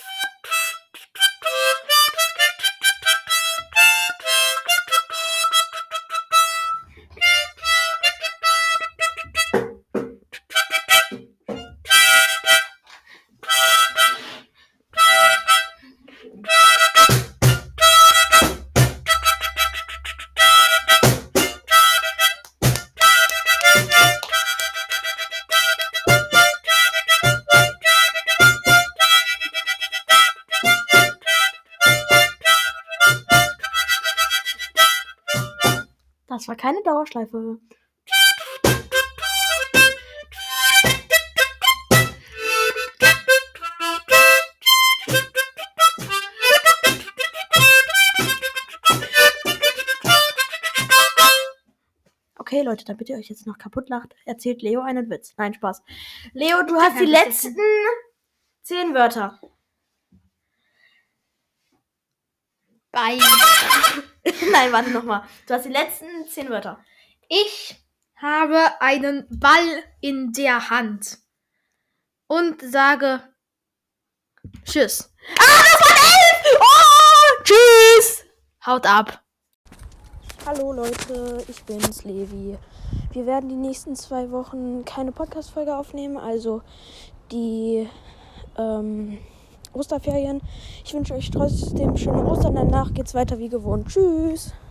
Speaker 2: Das war keine Dauerschleife. Okay, Leute, damit ihr euch jetzt noch kaputt lacht, erzählt Leo einen Witz. Nein, Spaß. Leo, du hast die
Speaker 1: Kein Witz
Speaker 2: letzten zehn Wörter.
Speaker 1: Bye.
Speaker 2: Nein, warte nochmal. Du hast die letzten zehn Wörter.
Speaker 1: Ich habe einen Ball in der Hand und sage Tschüss. Ah, das war elf! Oh, tschüss. Haut ab.
Speaker 3: Hallo Leute, ich bin's, Levi. Wir werden die nächsten zwei Wochen keine Podcast-Folge aufnehmen, also die ähm, Osterferien. Ich wünsche euch trotzdem schöne Ostern, danach geht's weiter wie gewohnt. Tschüss!